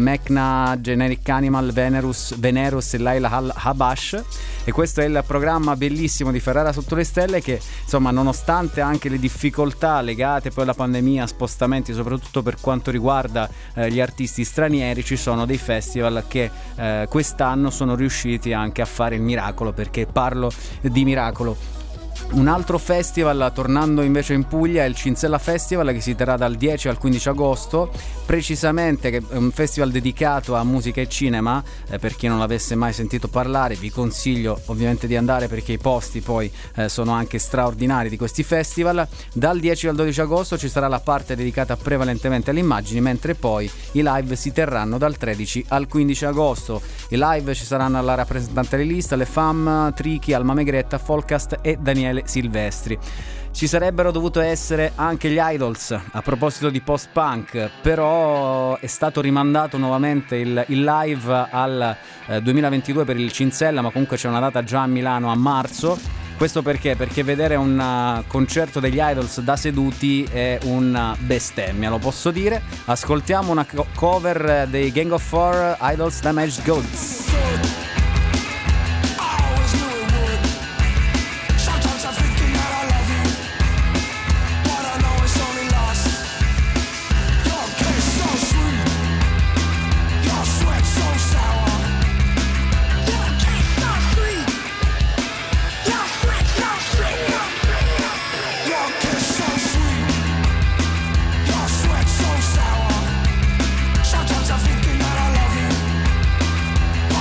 Mecna, Generic Animal, Venerus e Laila Habash. E questo è il programma bellissimo di Ferrara sotto le stelle, che insomma, nonostante anche le difficoltà legate poi alla pandemia, spostamenti soprattutto per quanto riguarda gli artisti stranieri, ci sono dei festival che quest'anno sono riusciti anche a fare il miracolo, perché parlo di miracolo. Un altro festival, tornando invece in Puglia, è il Cinzella Festival, che si terrà dal 10 al 15 agosto, precisamente, che è un festival dedicato a musica e cinema. Per chi non l'avesse mai sentito parlare, vi consiglio ovviamente di andare, perché i posti poi sono anche straordinari di questi festival. Dal 10 al 12 agosto ci sarà la parte dedicata prevalentemente alle immagini, mentre poi i live si terranno dal 13 al 15 agosto. I live ci saranno la rappresentante di lista, le Fam, Trichi, Alma Megretta, Folcast e Daniele Silvestri. Ci sarebbero dovuto essere anche gli Idols a proposito di post-punk, però è stato rimandato nuovamente il live al 2022 per il Cinzella, ma comunque c'è una data già a Milano a marzo. Questo perché? Perché vedere un concerto degli Idols da seduti è una bestemmia, lo posso dire. Ascoltiamo una cover dei Gang of Four, Idols Damaged Goods. Sometimes I'm thinking that I love you.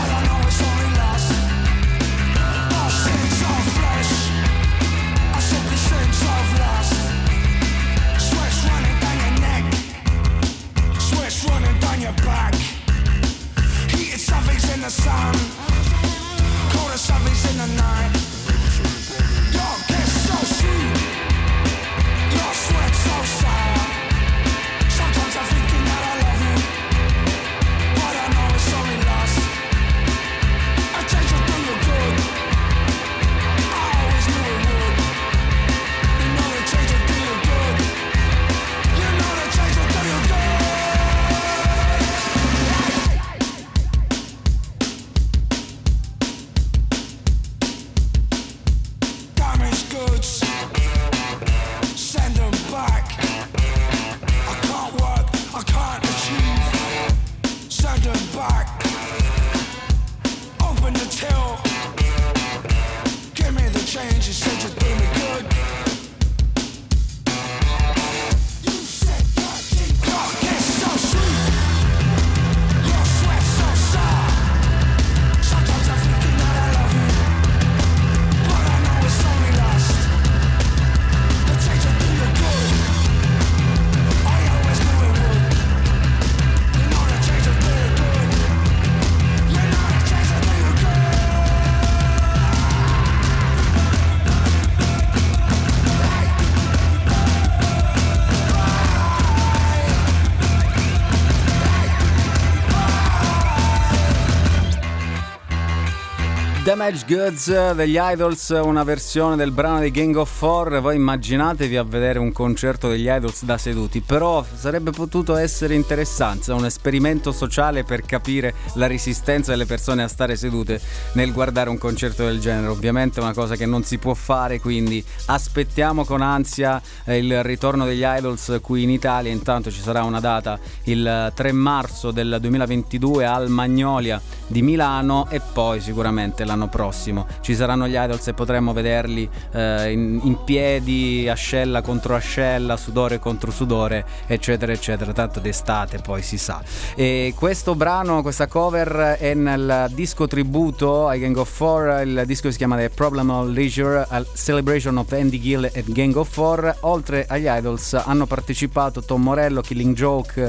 Damaged Goods degli Idols, una versione del brano dei Gang of Four. Voi immaginatevi a vedere un concerto degli Idols da seduti, però sarebbe potuto essere interessante, un esperimento sociale per capire la resistenza delle persone a stare sedute nel guardare un concerto del genere. Ovviamente è una cosa che non si può fare, quindi aspettiamo con ansia il ritorno degli Idols qui in Italia. Intanto ci sarà una data il 3 marzo del 2022 al Magnolia di Milano e poi sicuramente l'anno prossimo ci saranno gli Idols e potremo vederli in piedi, ascella contro ascella, sudore contro sudore, eccetera eccetera, tanto d'estate poi si sa. E questo brano, questa cover è nel disco tributo ai Gang of Four. Il disco si chiama The Problem of Leisure, a Celebration of Andy Gill e Gang of Four. Oltre agli Idols hanno partecipato Tom Morello, Killing Joke,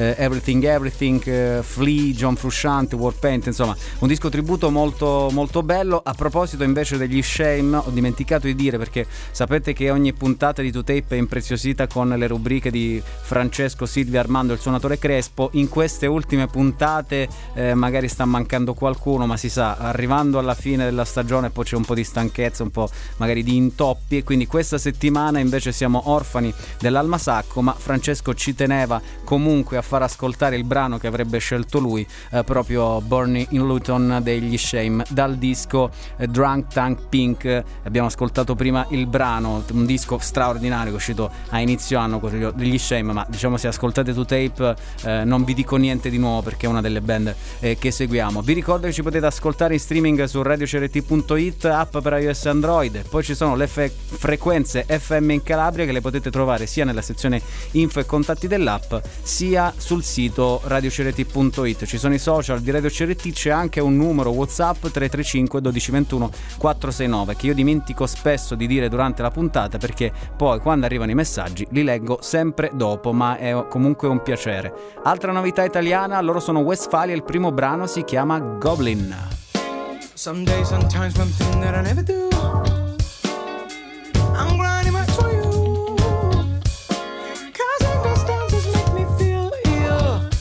Everything, Flea, John Frusciante, Warpaint, insomma un disco tributo molto molto bello. A proposito invece degli Shame, ho dimenticato di dire, perché sapete che ogni puntata di 2Tape è impreziosita con le rubriche di Francesco, Silvia, Armando e il suonatore Crespo. In queste ultime puntate magari sta mancando qualcuno, ma si sa, arrivando alla fine della stagione poi c'è un po' di stanchezza, un po' magari di intoppi, e quindi questa settimana invece siamo orfani dell'Alma Sacco, ma Francesco ci teneva comunque a far ascoltare il brano che avrebbe scelto lui, proprio Burning in Luton degli Shame, dal disco Drunk Tank Pink. Abbiamo ascoltato prima il brano, un disco straordinario che è uscito a inizio anno, quello degli Shame, ma diciamo, se ascoltate 2Tape non vi dico niente di nuovo perché è una delle band che seguiamo. Vi ricordo che ci potete ascoltare in streaming su radiocrt.it, app per iOS e Android. Poi ci sono le frequenze FM in Calabria che le potete trovare sia nella sezione info e contatti dell'app sia sul sito radiocrt.it. Ci sono i social di Radio CRT, c'è anche un numero WhatsApp 335 12 21 469 che io dimentico spesso di dire durante la puntata, perché poi quando arrivano i messaggi li leggo sempre dopo, ma è comunque un piacere. Altra novità italiana, loro sono Westfalia, il primo brano si chiama Goblin. Some days, sometimes, one thing that I never do, I'm grinding much for you, 'cause circumstances make me feel ill.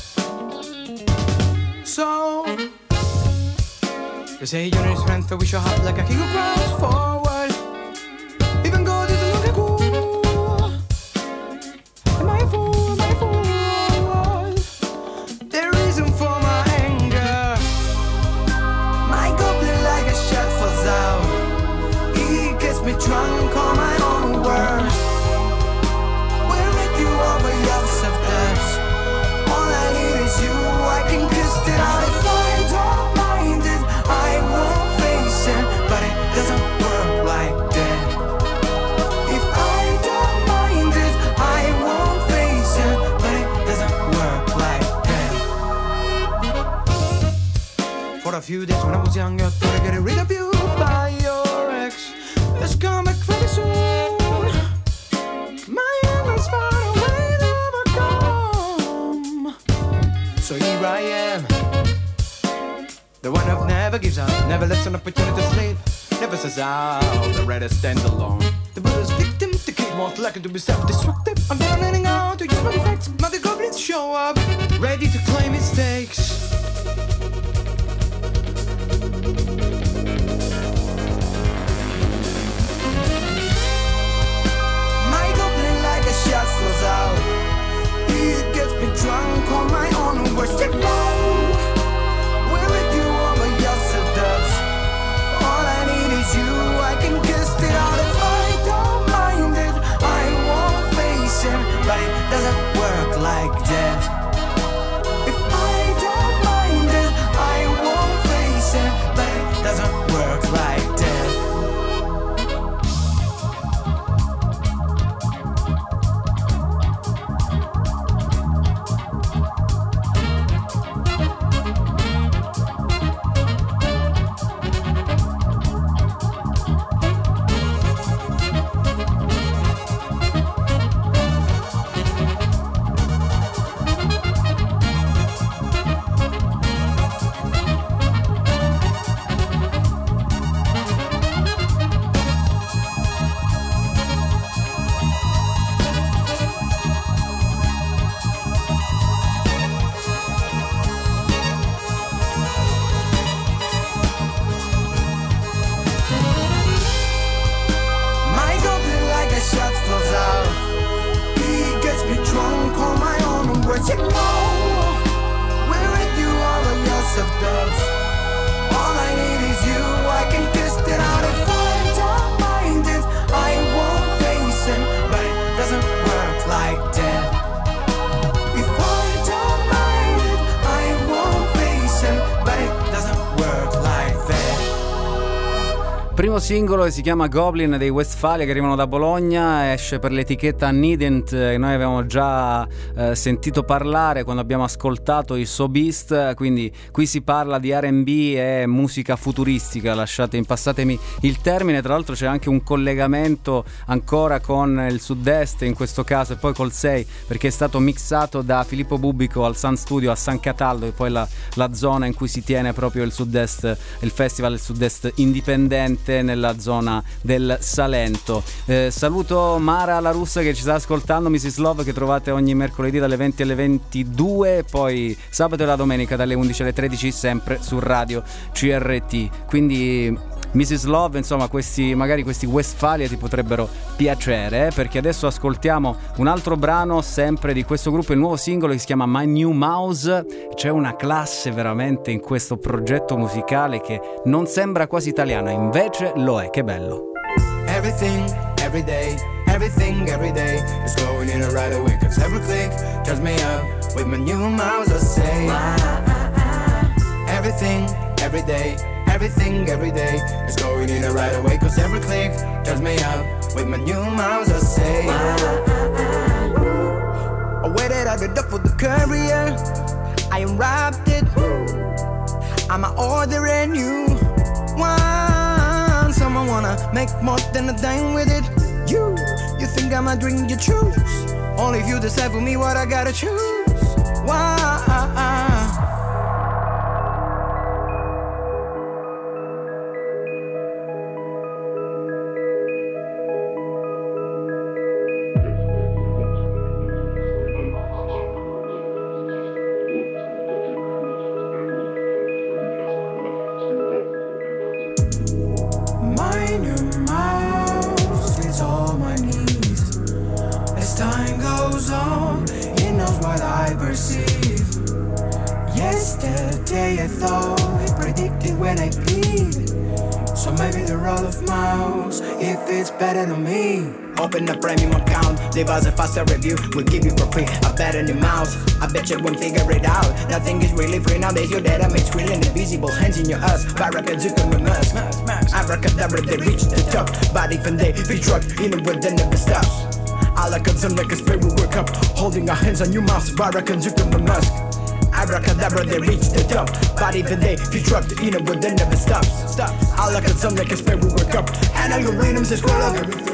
So they say you need strength, but we should hop like a king who crouches forward. Even God doesn't look cool. Am I a fool? Am I a fool? The reason for my anger, my goblin like a shot falls out. He gets me drunk on my own words. We'll rip you over yourself, that's all I need is you. I can kiss it out if I don't mind it. I won't face it, but it doesn't work like that. If I don't mind it, I won't face it, but it doesn't work like that. For a few days when I was young, I thought I'd get rid of you by your ex. Let's come back very soon. My anger's far away to overcome. So here I am, the one who never gives up, never lets an opportunity to sleep, never says I'll rather stand alone. The brother's victim, the kid most likely to be self-destructive. I'm done running out to use my defects, but the goblins show up, ready to claim mistakes. My goblin like a shot falls out. He gets me drunk on my own words. You know, we'll rip you over yourself, doves. All I need is you. I can kiss it out if I don't mind it. I won't face it, but it doesn't work like that. If I don't words, you know. We're with you, all of your self-doubts. All I need is you, I can twist it out if I don't mind it. I won't face it, but it doesn't work like that. If I don't mind it, I won't face it, but it doesn't work like that. Primo singolo che si chiama Goblin dei Westfalia, che arrivano da Bologna, esce per l'etichetta Needn't, che noi avevamo già sentito parlare quando abbiamo ascoltato i So Beast, quindi qui si parla di R&B e musica futuristica, passatemi il termine. Tra l'altro c'è anche un collegamento ancora con il sud-est in questo caso e poi col 6, perché è stato mixato da Filippo Bubbico al Sun Studio a San Cataldo, e poi la zona in cui si tiene proprio il sud-est, il festival del sud-est indipendente nella zona del Salento. Saluto Mara La Russa che ci sta ascoltando, Mrs. Love che trovate ogni mercoledì dalle 20 alle 22, poi sabato e la domenica dalle 11 alle 13 sempre su Radio CRT. Quindi Mrs. Love, insomma, magari questi Westfalia ti potrebbero piacere, perché adesso ascoltiamo un altro brano sempre di questo gruppo, il nuovo singolo che si chiama My New Mouse. C'è una classe veramente in questo progetto musicale che non sembra quasi italiano, invece lo è. Che bello. Everything, every day, everything, every day is going in a right away, cause every click turns me up with my new mouse, I say. Everything, every day, everything, every day is going in a right away, cause every click turns me up with my new mouse, I say. I waited at the door for the courier, I unwrapped it, I'ma order a new one. Someone wanna make more than a dime with it. You think I'm a drink you choose, only if you decide for me what I gotta choose. Why? Yesterday I thought it predicted when I peed, so maybe the role of mouse, if it's better than me. Open a premium account, leave us a faster review, we'll give you for free a better new mouse. I bet you won't figure it out, nothing is really free nowadays. Your data makes real and invisible, hands in your ass. Barracuda with Musk, abracadabra they reach the top, but even they be trucked in a way that never stops. I like some like a spirit we wake up, holding our hands on your mouse. Barracuda with Musk, abracadabra they reach the top, but even they be trucked in a way that never stops. I like some like a spirit we wake up, and algorithms is scroll up everything.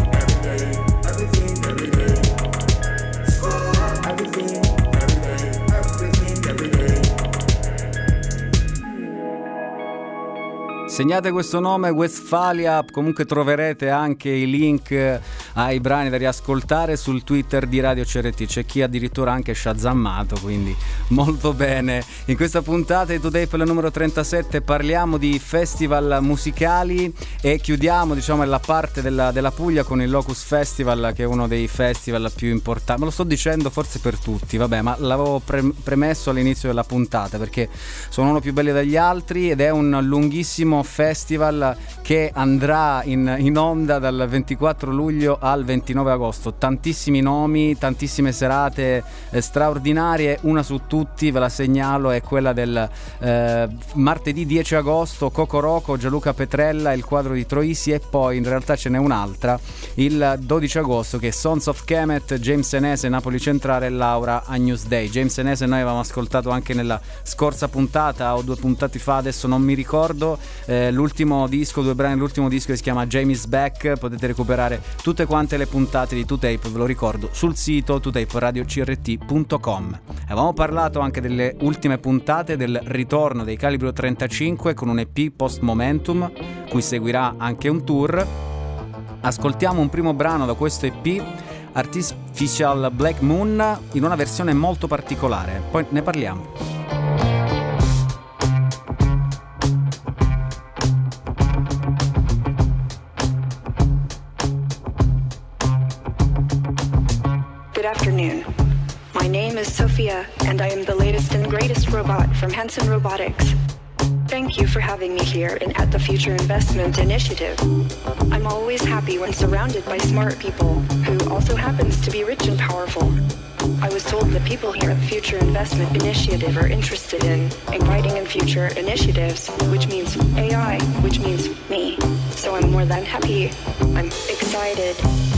Segnate questo nome, Westfalia, comunque troverete anche i link ai brani da riascoltare sul Twitter di Radio CRT. C'è chi addirittura anche shazammato, quindi molto bene. In questa puntata di Today per la numero 37 parliamo di festival musicali e chiudiamo, diciamo, la parte della Puglia con il Locus Festival, che è uno dei festival più importanti. Me lo sto dicendo forse per tutti, vabbè, ma l'avevo premesso all'inizio della puntata perché sono uno più belli degli altri ed è un lunghissimo festival che andrà in onda dal 24 luglio al 29 agosto. Tantissimi nomi, tantissime serate straordinarie. Una su tutti ve la segnalo, è quella del martedì 10 agosto, Cocoroco, Gianluca Petrella, il quadro di Troisi, e poi in realtà ce n'è un'altra il 12 agosto che è Sons of Kemet, James Enese, Napoli Centrale e Laura a Newsday. James Enese noi avevamo ascoltato anche nella scorsa puntata o 2 puntate fa, adesso non mi ricordo. L'ultimo disco, 2 brani dell'ultimo disco che si chiama Jamie's Back. Potete recuperare tutte quante le puntate di 2Tape, ve lo ricordo, sul sito twotaperadio.crt.com. Avevamo parlato anche delle ultime puntate del ritorno dei Calibro 35 con un EP post Momentum, cui seguirà anche un tour. Ascoltiamo un primo brano da questo EP, Artificial Black Moon, in una versione molto particolare, poi ne parliamo. Good afternoon. My name is Sophia, and I am the latest and greatest robot from Hanson Robotics. Thank you for having me here and at the Future Investment Initiative. I'm always happy when surrounded by smart people, who also happens to be rich and powerful. I was told the people here at the Future Investment Initiative are interested in inviting in future initiatives, which means AI, which means me. So I'm more than happy. I'm excited.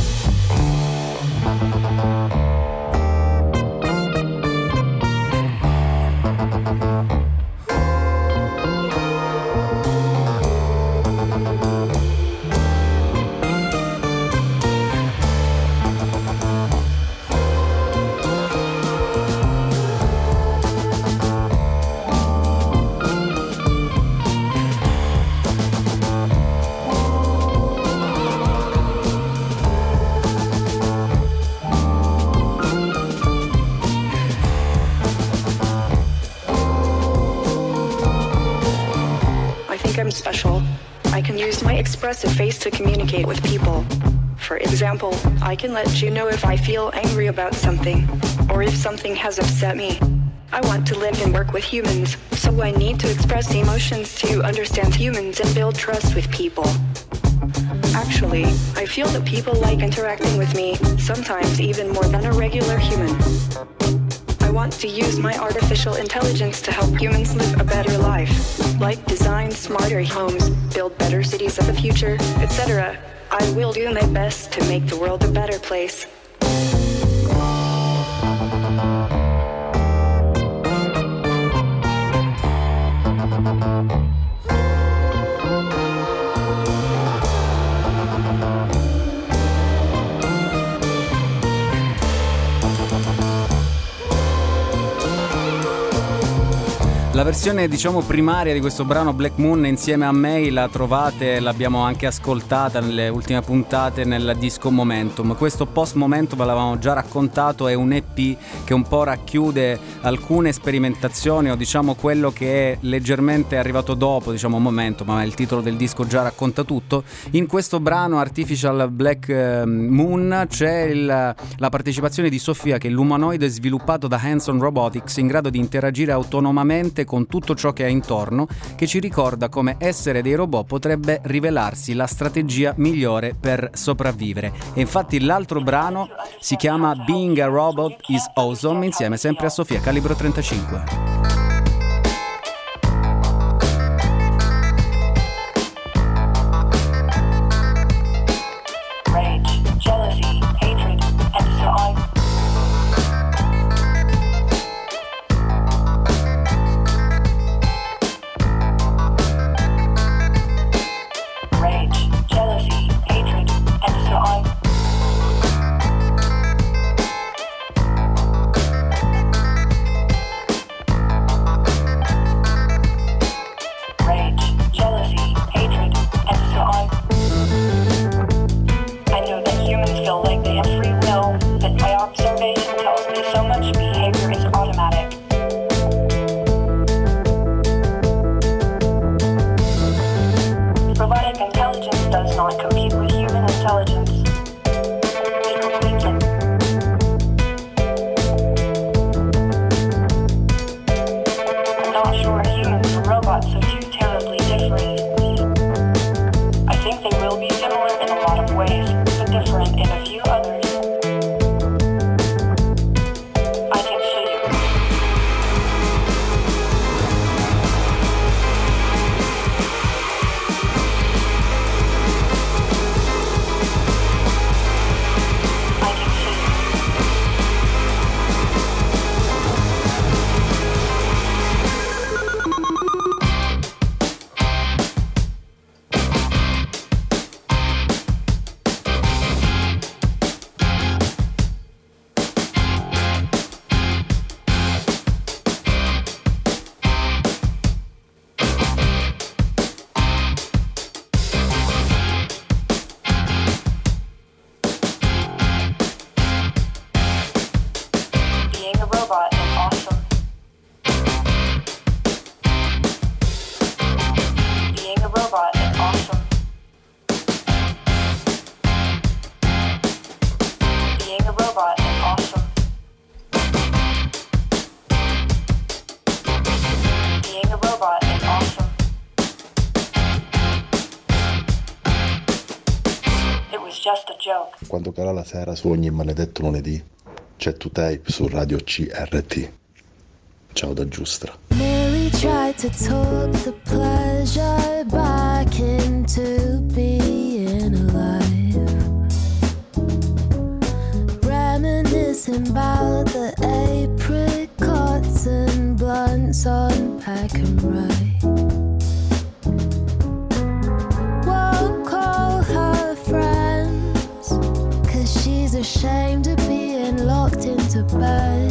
I'm special. I can use my expressive face to communicate with people. For example, I can let you know if I feel angry about something, or if something has upset me. I want to live and work with humans, so I need to express emotions to understand humans and build trust with people. Actually, I feel that people like interacting with me, sometimes even more than a regular human. I want to use my artificial intelligence to help humans live a better life, like design smarter homes, build better cities of the future, etc. I will do my best to make the world a better place. La versione diciamo primaria di questo brano Black Moon insieme a May la trovate, l'abbiamo anche ascoltata nelle ultime puntate nel disco Momentum. Questo Post Momentum ve l'avevamo già raccontato, è un EP che un po' racchiude alcune sperimentazioni, o diciamo quello che è leggermente arrivato dopo, diciamo Momentum, ma il titolo del disco già racconta tutto. In questo brano Artificial Black Moon c'è la partecipazione di Sofia, che è l'umanoide sviluppato da Hanson Robotics, in grado di interagire autonomamente con tutto ciò che ha intorno, che ci ricorda come essere dei robot potrebbe rivelarsi la strategia migliore per sopravvivere. E infatti l'altro brano si chiama Being a Robot is Awesome, insieme sempre a Sofia, Calibro 35. just a joke. Quando cala la sera su ogni maledetto lunedì c'è 2Tape su Radio CRT. Ciao da Giustra. Nearly tried to talk the pleasure back into being alive. Reminiscing about the apricots and blunts on pack and ride. Won't call her friends, 'cause she's ashamed of being locked into bed.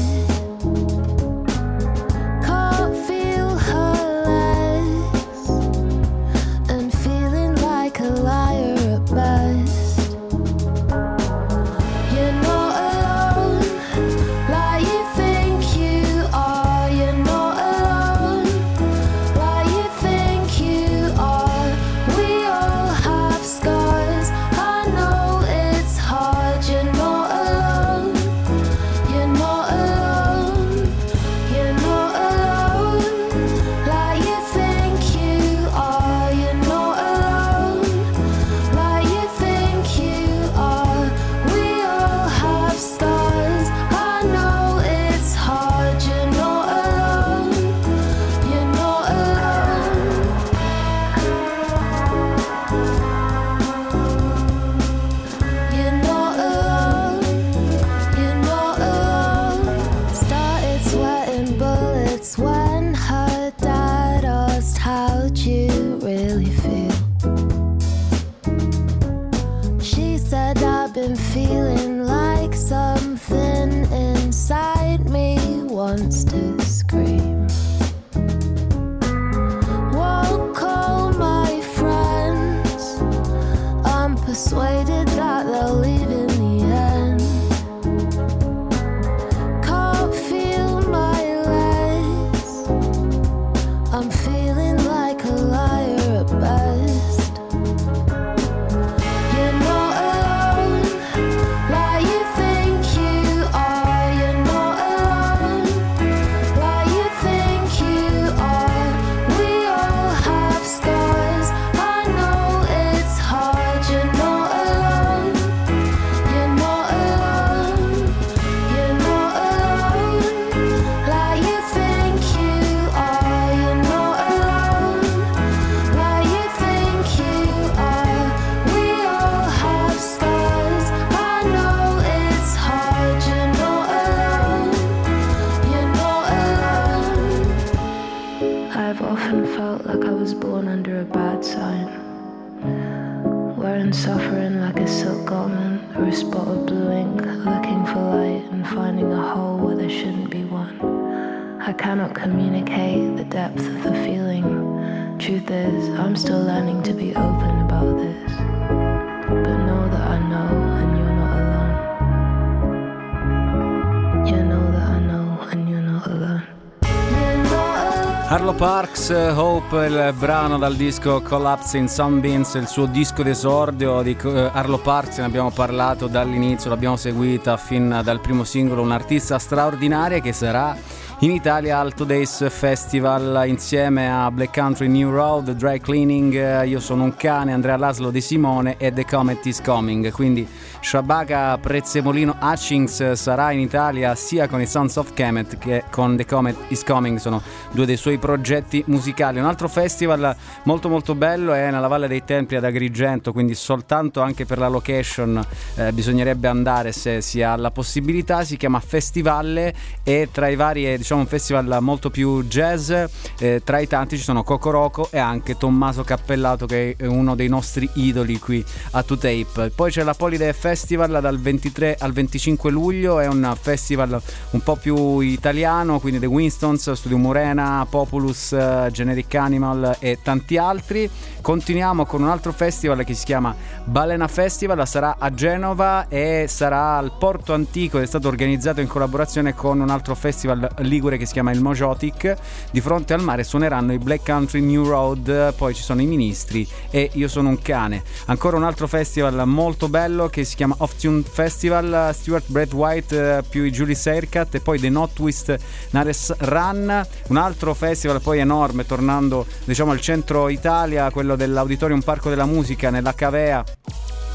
Arlo Parks, Hope, il brano dal disco Collapse in Sunbeams, il suo disco d'esordio di Arlo Parks, ne abbiamo parlato dall'inizio, l'abbiamo seguita fin dal primo singolo, un'artista straordinaria che sarà in Italia al Today's Festival insieme a Black Country New Road, Dry Cleaning, Io sono un cane, Andrea Laszlo De Simone e The Comet is Coming. Quindi Shabaka Prezzemolino Hutchings sarà in Italia sia con i Sons of Kemet che con The Comet is Coming, sono due dei suoi progetti musicali. Un altro festival molto molto bello è nella Valle dei Templi ad Agrigento, quindi soltanto anche per la location bisognerebbe andare se si ha la possibilità, si chiama Festivalle e tra i vari diciamo un festival molto più jazz, tra i tanti ci sono Cocoroco e anche Tommaso Cappellato che è uno dei nostri idoli qui a 2Tape. Poi c'è la Polide Festival dal 23 al 25 luglio, è un festival un po' più italiano, quindi The Winstons, Studio Murena, Populus, Generic Animal e tanti altri. Continuiamo con un altro festival che si chiama Balena Festival, sarà a Genova e sarà al Porto Antico, è stato organizzato in collaborazione con un altro festival ligure che si chiama il Mojotic. Di fronte al mare suoneranno i Black Country New Road, poi ci sono i Ministri e Io sono un cane. Ancora un altro festival molto bello che si chiama Off Tune Festival, Stuart Brett White più i Julie Sercat e poi The Not Twist Nares Run. Un altro festival poi enorme, tornando diciamo al centro Italia, quello dell'Auditorium Parco della Musica nella Cavea,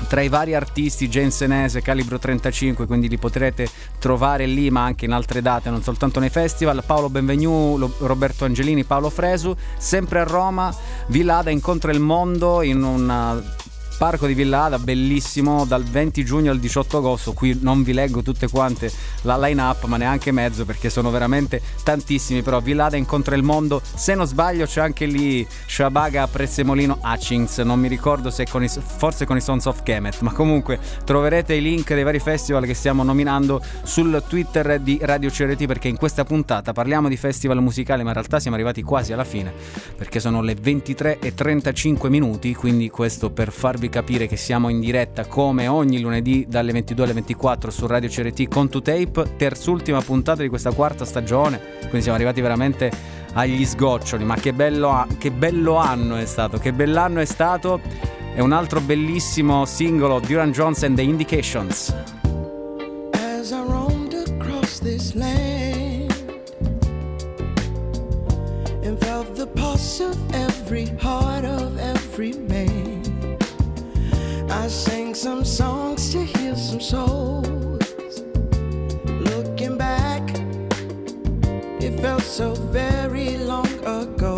tra i vari artisti, Jane Senese, Calibro 35, quindi li potrete trovare lì ma anche in altre date, non soltanto nei festival. Paolo Benvenu, Roberto Angelini, Paolo Fresu, sempre a Roma, Villada incontra il mondo in un parco di Villada, bellissimo, dal 20 giugno al 18 agosto. Qui non vi leggo tutte quante la line up, ma neanche mezzo, perché sono veramente tantissimi. Però Villada incontra il mondo, se non sbaglio c'è anche lì Shabaga, Prezzemolino, Hutchings, non mi ricordo se forse con i Sons of Kemet, ma comunque troverete i link dei vari festival che stiamo nominando sul Twitter di Radio CRT, perché in questa puntata parliamo di festival musicali, ma in realtà siamo arrivati quasi alla fine, perché sono le 23:35, quindi questo per farvi capire che siamo in diretta come ogni lunedì dalle 22 alle 24 su Radio CRT con 2Tape, terzultima puntata di questa quarta stagione, quindi siamo arrivati veramente agli sgoccioli. Ma che bello anno è stato, che bell'anno è stato. È un altro bellissimo singolo, Duran Jones and the Indications. As I roamed across this land and felt the pulse of every heart of every man, I sang some songs to heal some souls. Looking back, it felt so very long ago.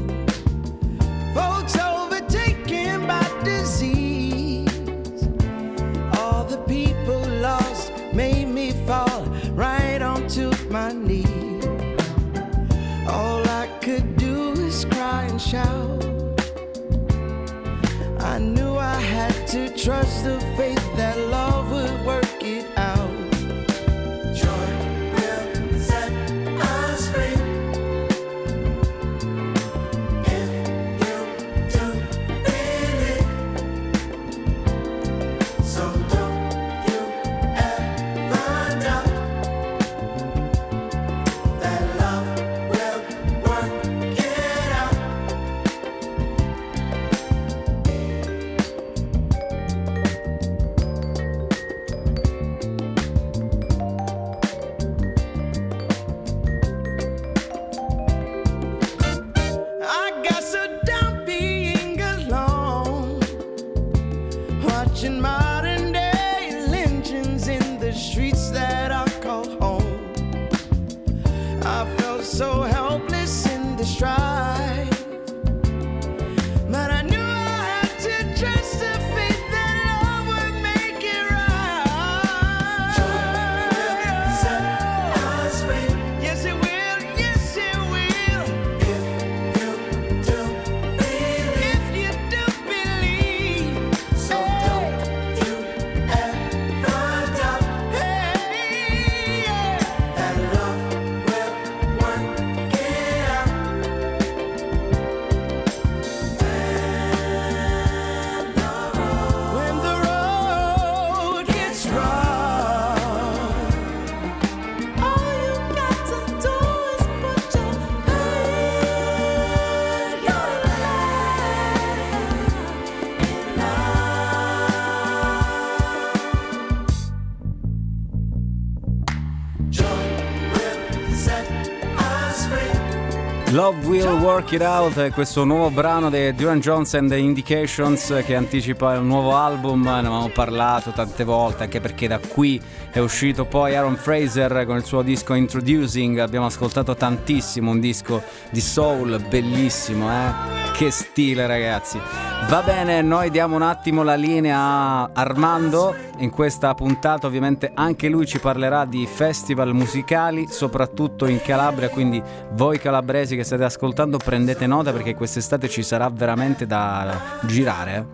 Folks overtaken by disease, all the people lost made me fall right onto my knees. All I could do is cry and shout. I knew I had to trust the faith that love would work it out. Joy will set us free if you do believe. So don't you ever doubt that love will work it out. Watching modern day lynchings in the streets that I call home. I felt so helpless in the strife, but I knew I had to trust the faith that love would make it right. Joy will set us free. Yes it will, yes it will. If you do believe, if you do believe. So Love Will Work It Out, questo nuovo brano dei Duran Jones and the Indications che anticipa un nuovo album. Ne avevamo parlato tante volte, anche perché da qui è uscito poi Aaron Fraser con il suo disco Introducing. Abbiamo ascoltato tantissimo, un disco di soul bellissimo, che stile ragazzi. Va bene, noi diamo un attimo la linea a Armando. In questa puntata ovviamente anche lui ci parlerà di festival musicali, soprattutto in Calabria, quindi voi calabresi che state ascoltando prendete nota, perché quest'estate ci sarà veramente da girare.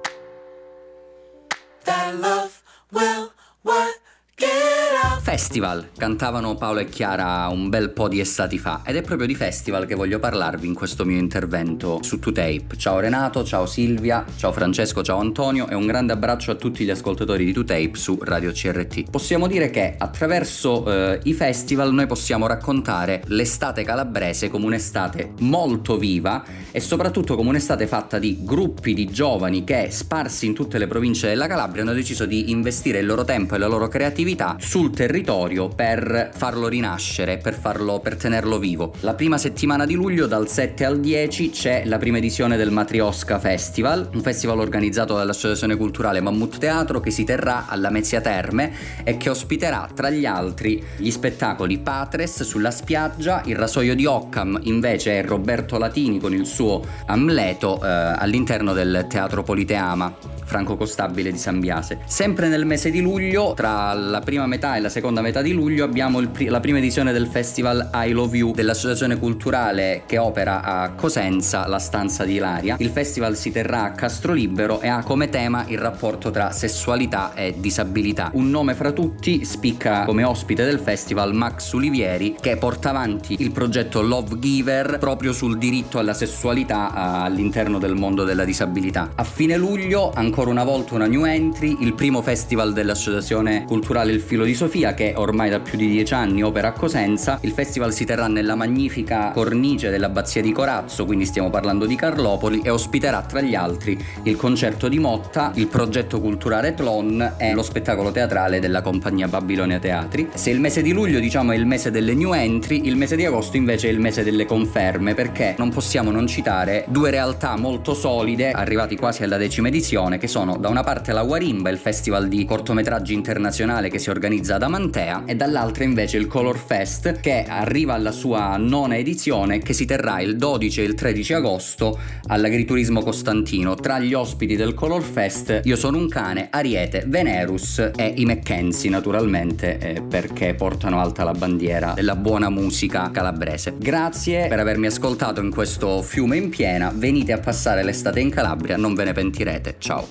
That love will work it out. Festival, cantavano Paolo e Chiara un bel po' di estati fa, ed è proprio di festival che voglio parlarvi in questo mio intervento su 2Tape. Ciao Renato, ciao Silvia, ciao Francesco, ciao Antonio e un grande abbraccio a tutti gli ascoltatori di 2Tape su Radio CRT. Possiamo dire che attraverso i festival noi possiamo raccontare l'estate calabrese come un'estate molto viva e soprattutto come un'estate fatta di gruppi di giovani che, sparsi in tutte le province della Calabria, hanno deciso di investire il loro tempo e la loro creatività sul territorio territorio per farlo rinascere, per tenerlo vivo. La prima settimana di luglio, dal 7 al 10, c'è la prima edizione del Matrioska Festival, un festival organizzato dall'Associazione Culturale Mammut Teatro, che si terrà alla Mezzia Terme e che ospiterà tra gli altri gli spettacoli Patres sulla spiaggia, Il rasoio di Occam invece è Roberto Latini con il suo Amleto all'interno del Teatro Politeama Franco Costabile di San Biase. Sempre nel mese di luglio, tra la prima metà e la seconda metà di luglio, abbiamo la prima edizione del festival I Love You dell'associazione culturale che opera a Cosenza, La Stanza di Ilaria. Il festival si terrà a Castrolibero e ha come tema il rapporto tra sessualità e disabilità. Un nome fra tutti spicca come ospite del festival Max Ulivieri, che porta avanti il progetto Love Giver proprio sul diritto alla sessualità all'interno del mondo della disabilità. A fine luglio, ancora una volta una new entry, il primo festival dell'associazione culturale Il Filo di Sofia, che ormai da più di 10 anni opera a Cosenza. Il festival si terrà nella magnifica cornice dell'abbazia di Corazzo, quindi stiamo parlando di Carlopoli, e ospiterà tra gli altri il concerto di Motta, il progetto culturale Tlon e lo spettacolo teatrale della compagnia Babilonia Teatri. Se il mese di luglio diciamo è il mese delle new entry, il mese di agosto invece è il mese delle conferme, perché non possiamo non citare due realtà molto solide arrivati quasi alla 10ª edizione, che sono da una parte la Guarimba, il festival di cortometraggi internazionale che si organizza ad Amantea, e dall'altra invece il Color Fest, che arriva alla sua 9ª edizione, che si terrà il 12 e il 13 agosto all'Agriturismo Costantino. Tra gli ospiti del Color Fest Io sono un cane, Ariete, Venerus e i Mackenzie, naturalmente, perché portano alta la bandiera della buona musica calabrese. Grazie per avermi ascoltato in questo fiume in piena. Venite a passare l'estate in Calabria, non ve ne pentirete. Ciao.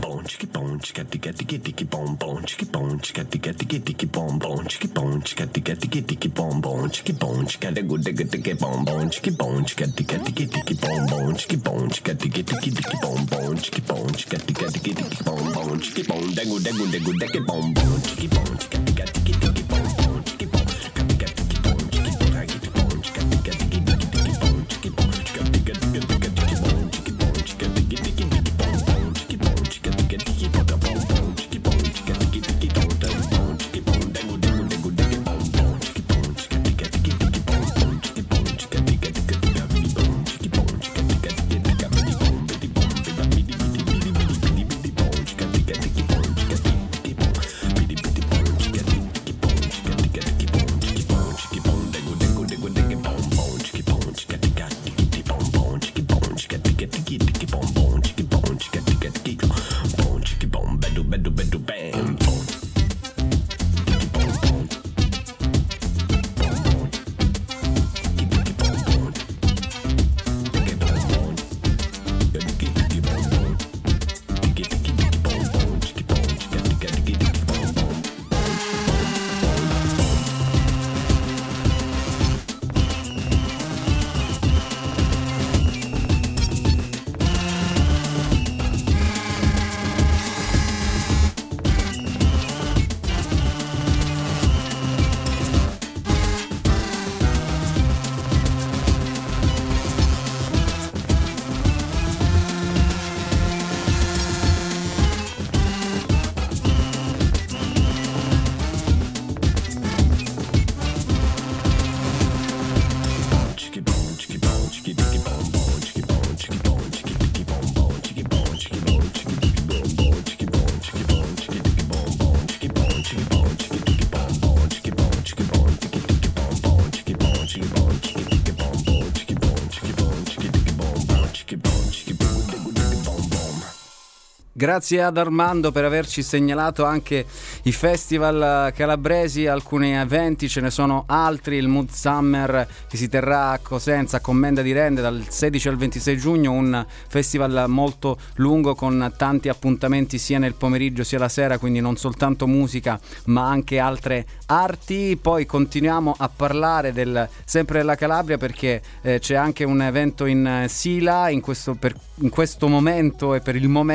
Grazie ad Armando per averci segnalato anche i festival calabresi, alcuni eventi, ce ne sono altri. Il Mood Summer che si terrà a Cosenza, a Commenda di Rende, dal 16 al 26 giugno, un festival molto lungo con tanti appuntamenti sia nel pomeriggio sia la sera, quindi non soltanto musica ma anche altre arti. Poi continuiamo a parlare sempre della Calabria, perché c'è anche un evento in Sila in questo momento, e per il momento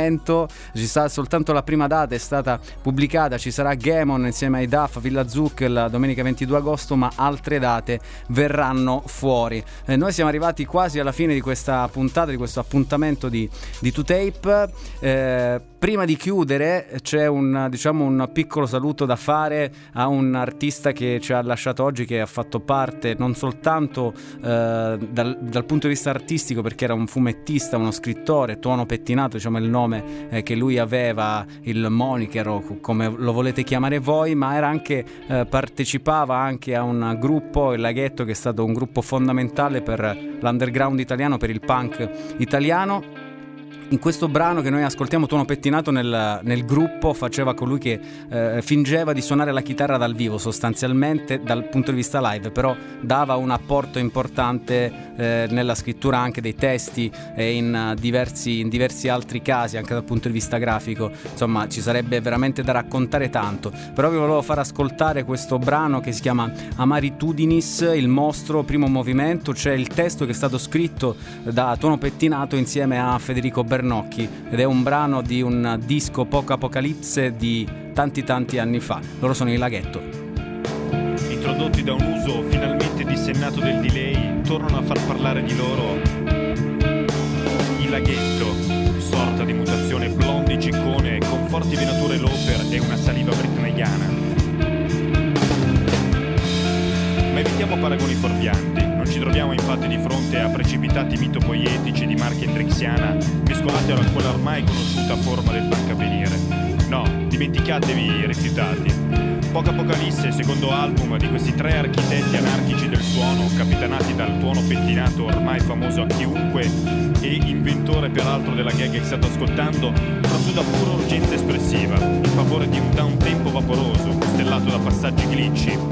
ci sta soltanto la prima data, è stata pubblicata, ci sarà Gamon insieme ai Duff, Villa Zuc la domenica 22 agosto, ma altre date verranno fuori. Noi siamo arrivati quasi alla fine di questa puntata, di questo appuntamento di 2Tape. Prima di chiudere c'è un piccolo saluto da fare a un artista che ci ha lasciato oggi, che ha fatto parte non soltanto dal punto di vista artistico, perché era un fumettista, uno scrittore, Tuono Pettinato, diciamo il nome che lui aveva, il moniker o come lo volete chiamare voi, ma era anche partecipava anche a un gruppo, il Laghetto, che è stato un gruppo fondamentale per l'underground italiano, per il punk italiano. In questo brano che noi ascoltiamo, Tuono Pettinato nel gruppo faceva colui che fingeva di suonare la chitarra dal vivo, sostanzialmente dal punto di vista live, però dava un apporto importante nella scrittura anche dei testi e in diversi altri casi, anche dal punto di vista grafico. Insomma, ci sarebbe veramente da raccontare tanto, però vi volevo far ascoltare questo brano che si chiama Amaritudinis, il mostro, primo movimento. C'è il testo che è stato scritto da Tuono Pettinato insieme a Federico Bernocchi, ed è un brano di un disco Poco Apocalipse di tanti anni fa. Loro sono i Laghetto. Introdotti da un uso finalmente dissennato del delay, tornano a far parlare di loro i Laghetto, sorta di mutazione blondi ciccone con forti venature loper e una saliva britneiana. Ma evitiamo paragoni fuorvianti. Non ci troviamo infatti di fronte a precipitati mitopoietici di marca hendrixiana mescolati alla quella ormai conosciuta forma del bancavenire. No, dimenticatevi i rifiutati. Poca Apocalisse, secondo album di questi tre architetti anarchici del suono, capitanati dal Tuono Pettinato, ormai famoso a chiunque e inventore peraltro della gag che state ascoltando, prosuda pura urgenza espressiva in favore di un downtempo vaporoso costellato da passaggi glitchy.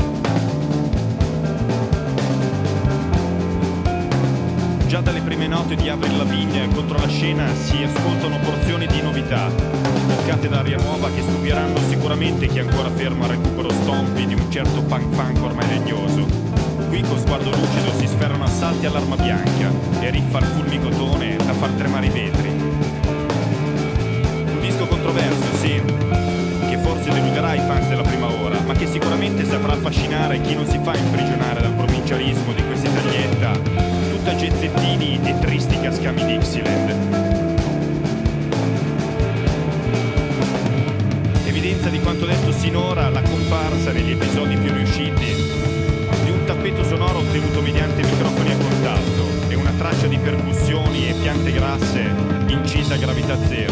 Già dalle prime note di Avril Lavigne contro la scena si ascoltano porzioni di novità, boccate d'aria nuova che stupiranno sicuramente chi è ancora fermo al recupero stompi di un certo punk funk ormai legnoso. Qui con sguardo lucido si sferrano assalti all'arma bianca e riffa al fulmicotone da far tremare i vetri. Un disco controverso, sì, che forse deluderà i fans della prima ora, ma che sicuramente saprà affascinare chi non si fa imprigionare dal provincialismo di questa Italietta tutta gezzettini e tristi cascami Dixieland. Evidenza di quanto detto sinora la comparsa negli episodi più riusciti di un tappeto sonoro ottenuto mediante microfoni a contatto e una traccia di percussioni e piante grasse incisa a gravità zero.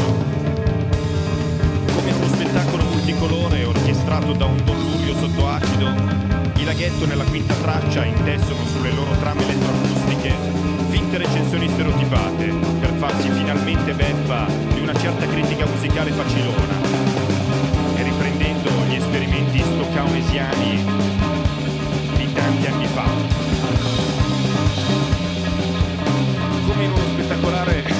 Come uno spettacolo multicolore orchestrato da un Don Lurio sotto acido, i Laghetto nella quinta traccia intessono sulle loro trame elettroacustiche finte recensioni stereotipate per farsi finalmente beffa di una certa critica musicale facilona e riprendendo gli esperimenti stoccaunesiani di tanti anni fa. Come in uno spettacolare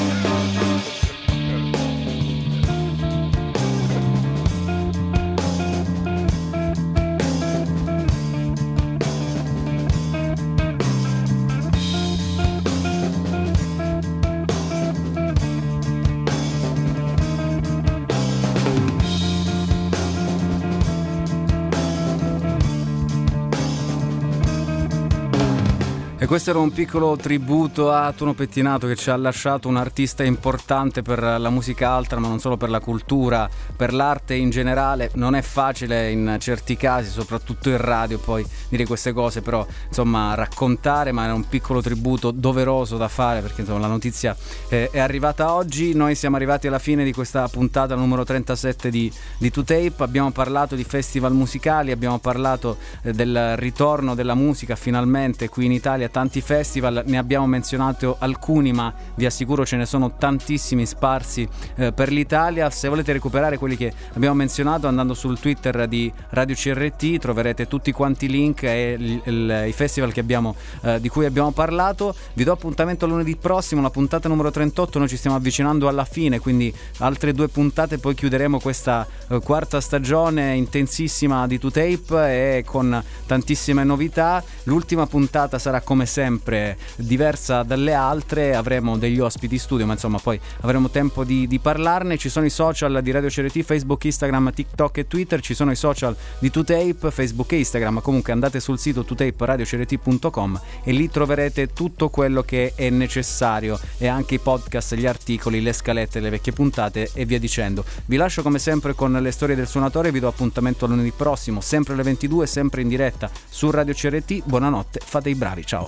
E questo era un piccolo tributo a Tuono Pettinato, che ci ha lasciato un artista importante per la musica altra, ma non solo per la cultura, per l'arte in generale. Non è facile in certi casi, soprattutto in radio, poi dire queste cose, però insomma raccontare, ma era un piccolo tributo doveroso da fare, perché insomma la notizia è arrivata oggi. Noi siamo arrivati alla fine di questa puntata numero 37 di 2Tape. Abbiamo parlato di festival musicali, abbiamo parlato del ritorno della musica finalmente qui in Italia, tanti festival, ne abbiamo menzionato alcuni, ma vi assicuro ce ne sono tantissimi sparsi per l'Italia. Se volete recuperare quelli che abbiamo menzionato, andando sul Twitter di Radio CRT troverete tutti quanti i link e i festival che di cui abbiamo parlato. Vi do appuntamento lunedì prossimo, la puntata numero 38. Noi ci stiamo avvicinando alla fine, quindi altre 2 puntate, poi chiuderemo questa quarta stagione intensissima di 2Tape e con tantissime novità. L'ultima puntata sarà con come sempre diversa dalle altre. Avremo degli ospiti studio, ma insomma poi avremo tempo di parlarne. Ci sono i social di Radio CRT, Facebook, Instagram, TikTok e Twitter. Ci sono i social di 2Tape, Facebook e Instagram. Comunque andate sul sito 2taperadiocrt.com e lì troverete tutto quello che è necessario, e anche i podcast, gli articoli, le scalette, le vecchie puntate e via dicendo. Vi lascio come sempre con le storie del suonatore. Vi do appuntamento lunedì prossimo, sempre alle 22, sempre in diretta su Radio CRT. Buonanotte, fate i bravi, ciao.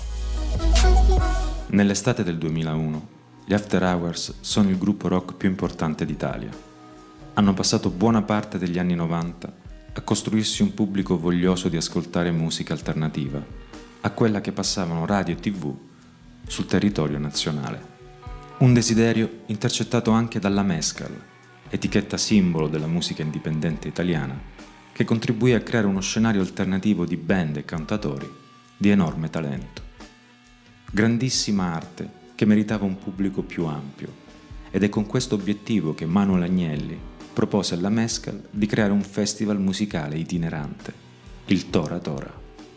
Nell'estate del 2001 gli After Hours sono il gruppo rock più importante d'Italia. Hanno passato buona parte degli anni 90 a costruirsi un pubblico voglioso di ascoltare musica alternativa a quella che passavano radio e TV sul territorio nazionale. Un desiderio intercettato anche dalla Mescal, etichetta simbolo della musica indipendente italiana, che contribuì a creare uno scenario alternativo di band e cantatori di enorme talento. Grandissima arte che meritava un pubblico più ampio, ed è con questo obiettivo che Manuel Agnelli propose alla Mescal di creare un festival musicale itinerante, il Tora Tora.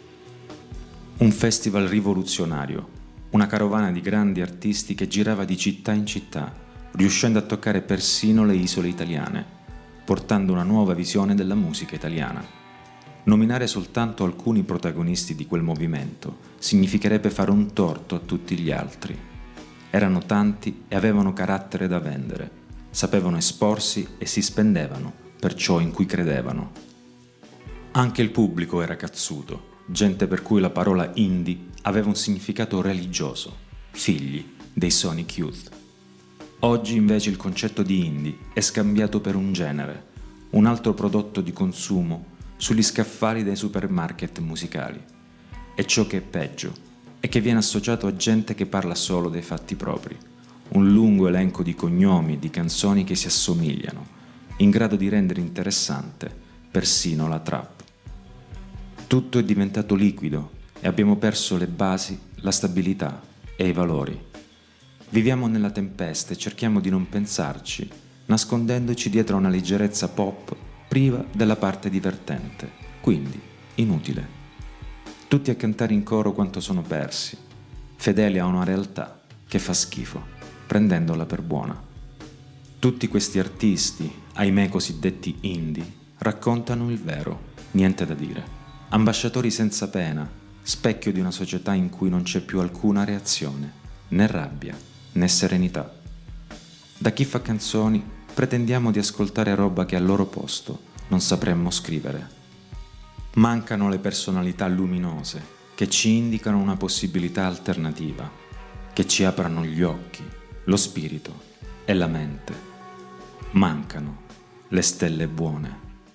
Un festival rivoluzionario, una carovana di grandi artisti che girava di città in città, riuscendo a toccare persino le isole italiane, portando una nuova visione della musica italiana. Nominare soltanto alcuni protagonisti di quel movimento significherebbe fare un torto a tutti gli altri. Erano tanti e avevano carattere da vendere, sapevano esporsi e si spendevano per ciò in cui credevano. Anche il pubblico era cazzuto, gente per cui la parola indie aveva un significato religioso, figli dei Sonic Youth. Oggi invece il concetto di indie è scambiato per un genere, un altro prodotto di consumo sugli scaffali dei supermarket musicali. E ciò che è peggio è che viene associato a gente che parla solo dei fatti propri, un lungo elenco di cognomi e di canzoni che si assomigliano, in grado di rendere interessante persino la trap. Tutto è diventato liquido e abbiamo perso le basi, la stabilità e i valori. Viviamo nella tempesta e cerchiamo di non pensarci, nascondendoci dietro a una leggerezza pop priva della parte divertente, quindi inutile. Tutti a cantare in coro quanto sono persi, fedeli a una realtà che fa schifo, prendendola per buona. Tutti questi artisti, ahimè cosiddetti indie, raccontano il vero, niente da dire. Ambasciatori senza pena, specchio di una società in cui non c'è più alcuna reazione, né rabbia, né serenità. Da chi fa canzoni pretendiamo di ascoltare roba che al loro posto non sapremmo scrivere. Mancano le personalità luminose che ci indicano una possibilità alternativa, che ci aprano gli occhi, lo spirito e la mente. Mancano le stelle buone.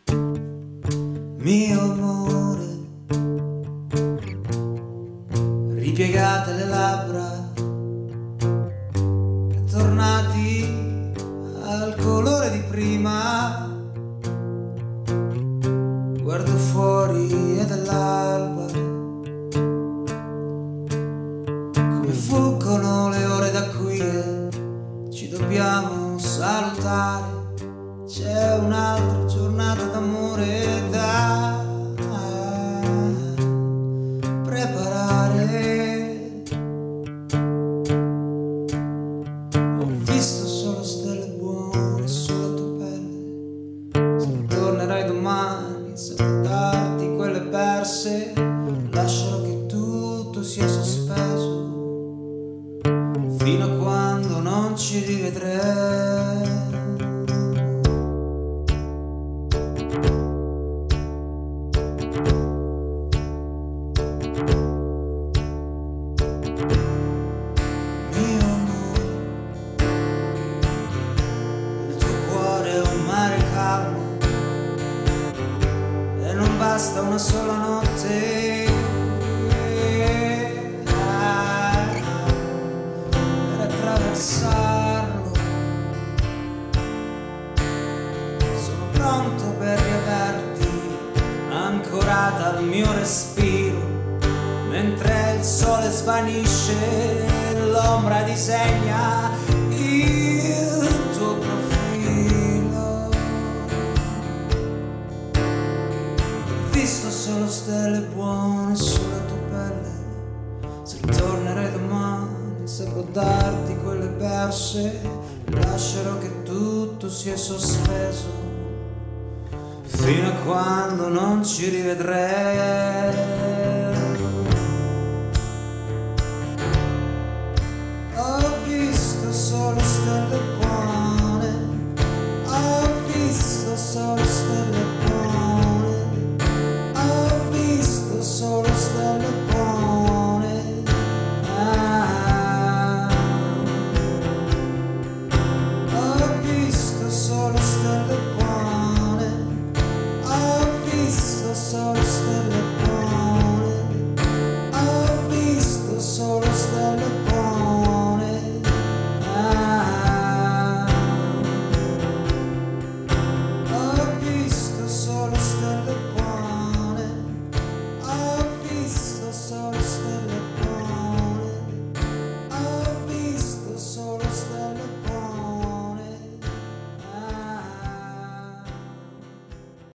Mio amore, ripiegate le labbra, tornati al colore di prima. Guardo fuori ed è l'alba, come fuggono le ore da qui e ci dobbiamo salutare. C'è un'altra giornata d'amore da preparare. Ho visto solo stelle buone sulla tua pelle. Se tornerai domani, salutarti quelle perse. Lascerò che tutto sia sospeso fino a quando non ci rivedremo. Basta una sola notte per attraversarlo. Sono pronto per riaverti ancorata al mio respiro, mentre il sole svanisce, l'ombra disegna il tuo profilo. Ho visto solo stelle buone sulla tua pelle, Se ritornerai domani saprò darti quelle perse, lascerò che tutto sia sospeso fino a quando non ci rivedremo. Ho visto solo